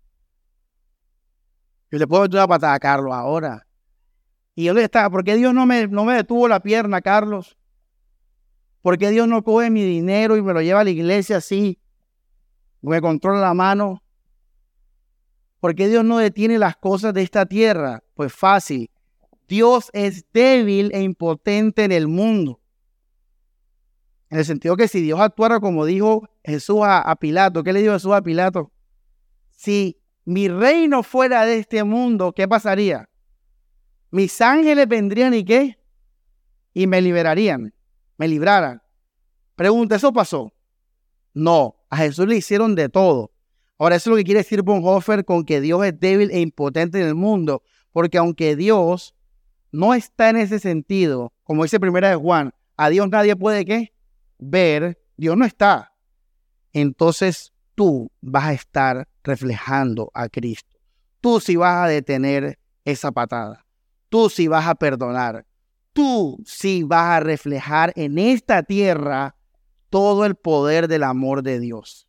Yo le puedo meter una patada a Carlos ahora. ¿Y dónde está? ¿Por qué Dios no me, no me detuvo la pierna, Carlos? ¿Por qué Dios no coge mi dinero y me lo lleva a la iglesia así? Me controla la mano. ¿Por qué Dios no detiene las cosas de esta tierra? Pues fácil. Dios es débil e impotente en el mundo. En el sentido que si Dios actuara como dijo Jesús a, a Pilato, ¿qué le dijo Jesús a Pilato? Si mi reino fuera de este mundo, ¿qué pasaría? Mis ángeles vendrían y ¿qué? Y me liberarían, me libraran. Pregunta, ¿eso pasó? No, a Jesús le hicieron de todo. Ahora, eso es lo que quiere decir Bonhoeffer con que Dios es débil e impotente en el mundo, porque aunque Dios no está en ese sentido, como dice primera de Juan, a Dios nadie puede ¿qué? Ver, Dios no está. Entonces tú vas a estar reflejando a Cristo. Tú sí vas a detener esa patada. Tú sí vas a perdonar. Tú sí vas a reflejar en esta tierra todo el poder del amor de Dios.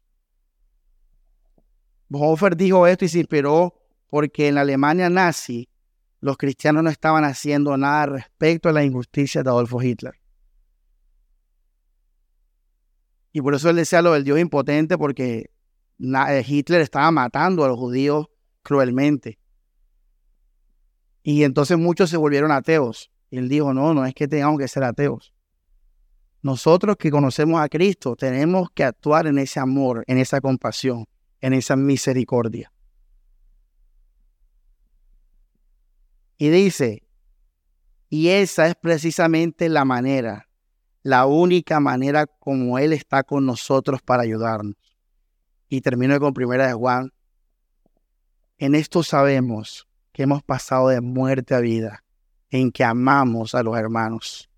Bonhoeffer dijo esto y se inspiró porque en la Alemania nazi los cristianos no estaban haciendo nada respecto a la injusticia de Adolfo Hitler. Y por eso él decía lo del Dios impotente, porque Hitler estaba matando a los judíos cruelmente. Y entonces muchos se volvieron ateos. Y él dijo, no, no es que tengamos que ser ateos. Nosotros que conocemos a Cristo tenemos que actuar en ese amor, en esa compasión, en esa misericordia. Y dice, y esa es precisamente la manera, la única manera como Él está con nosotros para ayudarnos. Y termino con primera de Juan. En esto sabemos que hemos pasado de muerte a vida, en que amamos a los hermanos.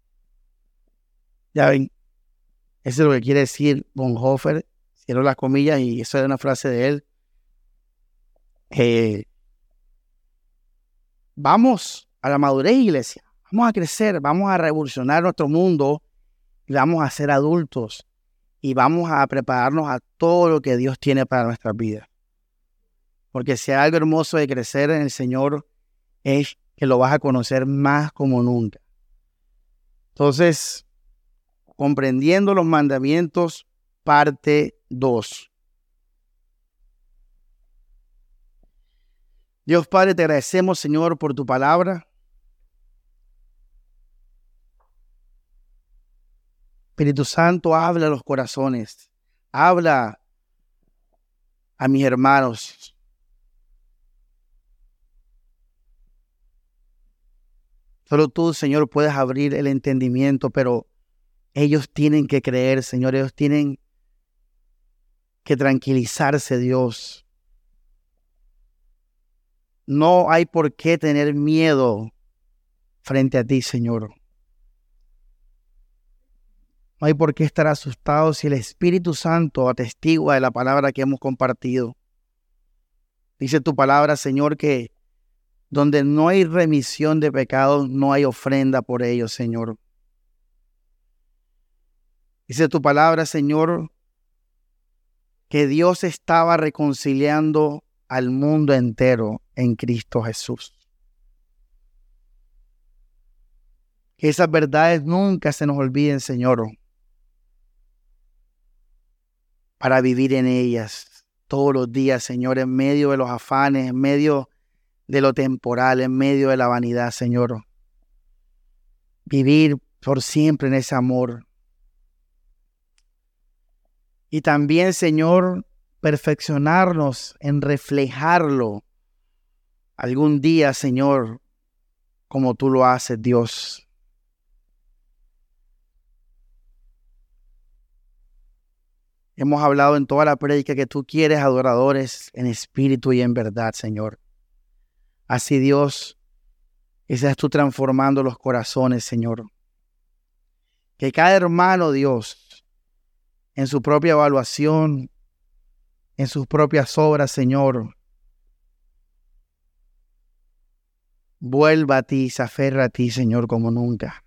Ya ven, eso es lo que quiere decir Bonhoeffer, cierro las comillas y eso es una frase de él. Eh, vamos a la madurez, iglesia, vamos a crecer, vamos a revolucionar nuestro mundo y vamos a ser adultos y vamos a prepararnos a todo lo que Dios tiene para nuestras vidas. Porque si hay algo hermoso de crecer en el Señor es que lo vas a conocer más como nunca. Entonces, comprendiendo los mandamientos, parte dos. Dios Padre, te agradecemos, Señor, por tu palabra. Espíritu Santo, habla a los corazones. Habla a mis hermanos. Solo tú, Señor, puedes abrir el entendimiento, pero ellos tienen que creer, Señor. Ellos tienen que tranquilizarse, Dios. No hay por qué tener miedo frente a ti, Señor. No hay por qué estar asustados si el Espíritu Santo atestigua de la palabra que hemos compartido. Dice tu palabra, Señor, que donde no hay remisión de pecados, no hay ofrenda por ellos, Señor. Dice tu palabra, Señor, que Dios estaba reconciliando al mundo entero en Cristo Jesús. Que esas verdades nunca se nos olviden, Señor, para vivir en ellas todos los días, Señor, en medio de los afanes, en medio de lo temporal, en medio de la vanidad, Señor. Vivir por siempre en ese amor. Y también, Señor, perfeccionarnos en reflejarlo algún día, Señor, como tú lo haces, Dios. Hemos hablado en toda la prédica que tú quieres adoradores en espíritu y en verdad, Señor. Así, Dios, que seas tú transformando los corazones, Señor. Que cada hermano, Dios, en su propia evaluación, en sus propias obras, Señor, vuelva a ti, se aferra a ti, Señor, como nunca.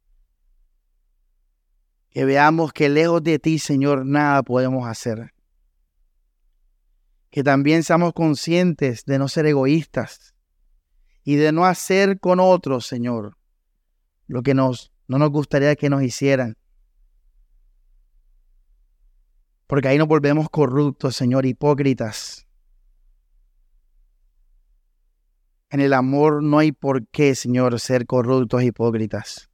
Que veamos que lejos de ti, Señor, nada podemos hacer. Que también seamos conscientes de no ser egoístas y de no hacer con otros, Señor, lo que nos, no nos gustaría que nos hicieran. Porque ahí nos volvemos corruptos, Señor, hipócritas. En el amor no hay por qué, Señor, ser corruptos, hipócritas.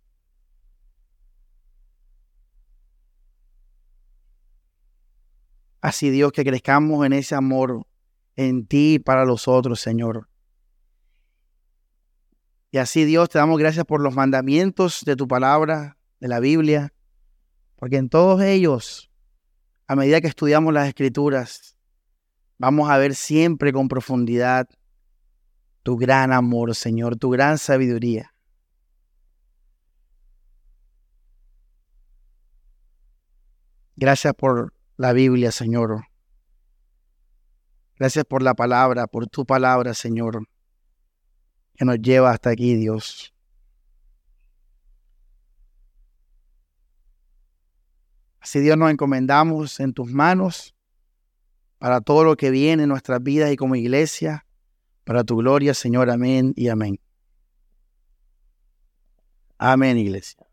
Así, Dios, que crezcamos en ese amor en ti y para los otros, Señor. Y así, Dios, te damos gracias por los mandamientos de tu palabra, de la Biblia, porque en todos ellos, a medida que estudiamos las Escrituras, vamos a ver siempre con profundidad tu gran amor, Señor, tu gran sabiduría. Gracias por la Biblia, Señor. Gracias por la palabra, por tu palabra, Señor, que nos lleva hasta aquí, Dios. Así, Dios, nos encomendamos en tus manos para todo lo que viene en nuestras vidas y como iglesia, para tu gloria, Señor. Amén y amén. Amén, iglesia.